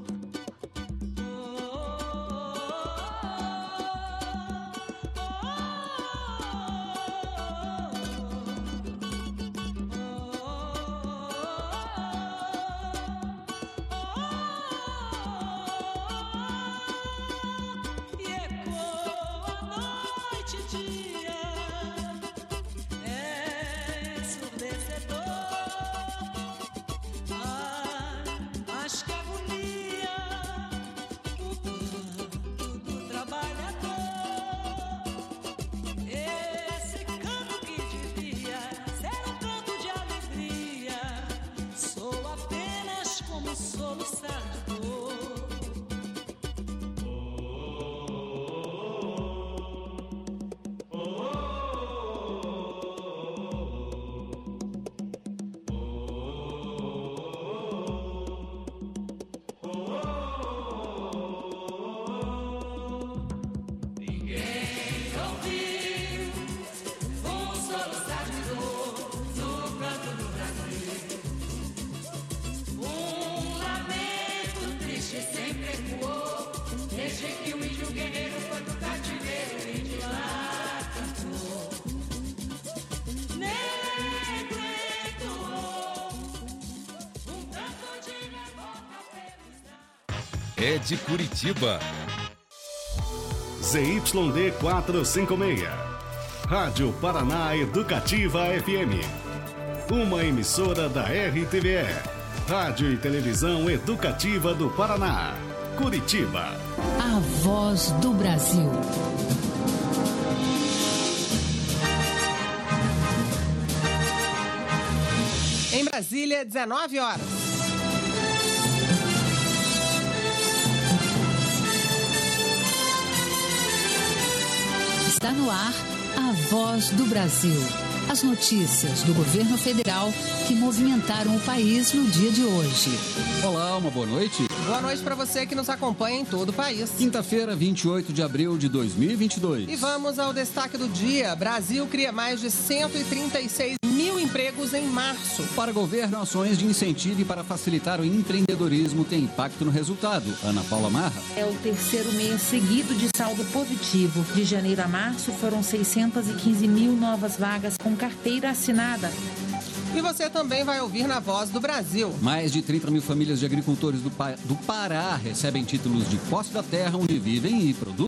É de Curitiba. ZYD 456, Rádio Paraná Educativa FM. Uma emissora da RTVE, Rádio e Televisão Educativa do Paraná. Curitiba. A voz do Brasil. Em Brasília, 19 horas. Está no ar a Voz do Brasil. As notícias do governo federal que movimentaram o país no dia de hoje. Olá, uma boa noite. Boa noite para você que nos acompanha em todo o país. Quinta-feira, 28 de abril de 2022. E vamos ao destaque do dia. Brasil cria mais de 136 mil empregos em março. Para o governo, ações de incentivo e para facilitar o empreendedorismo têm impacto no resultado. Ana Paula Marra. É o terceiro mês seguido de saldo positivo. De janeiro a março foram 615 mil novas vagas com carteira assinada. E você também vai ouvir na Voz do Brasil. Mais de 30 mil famílias de agricultores do Pará recebem títulos de posse da terra onde vivem e produzem.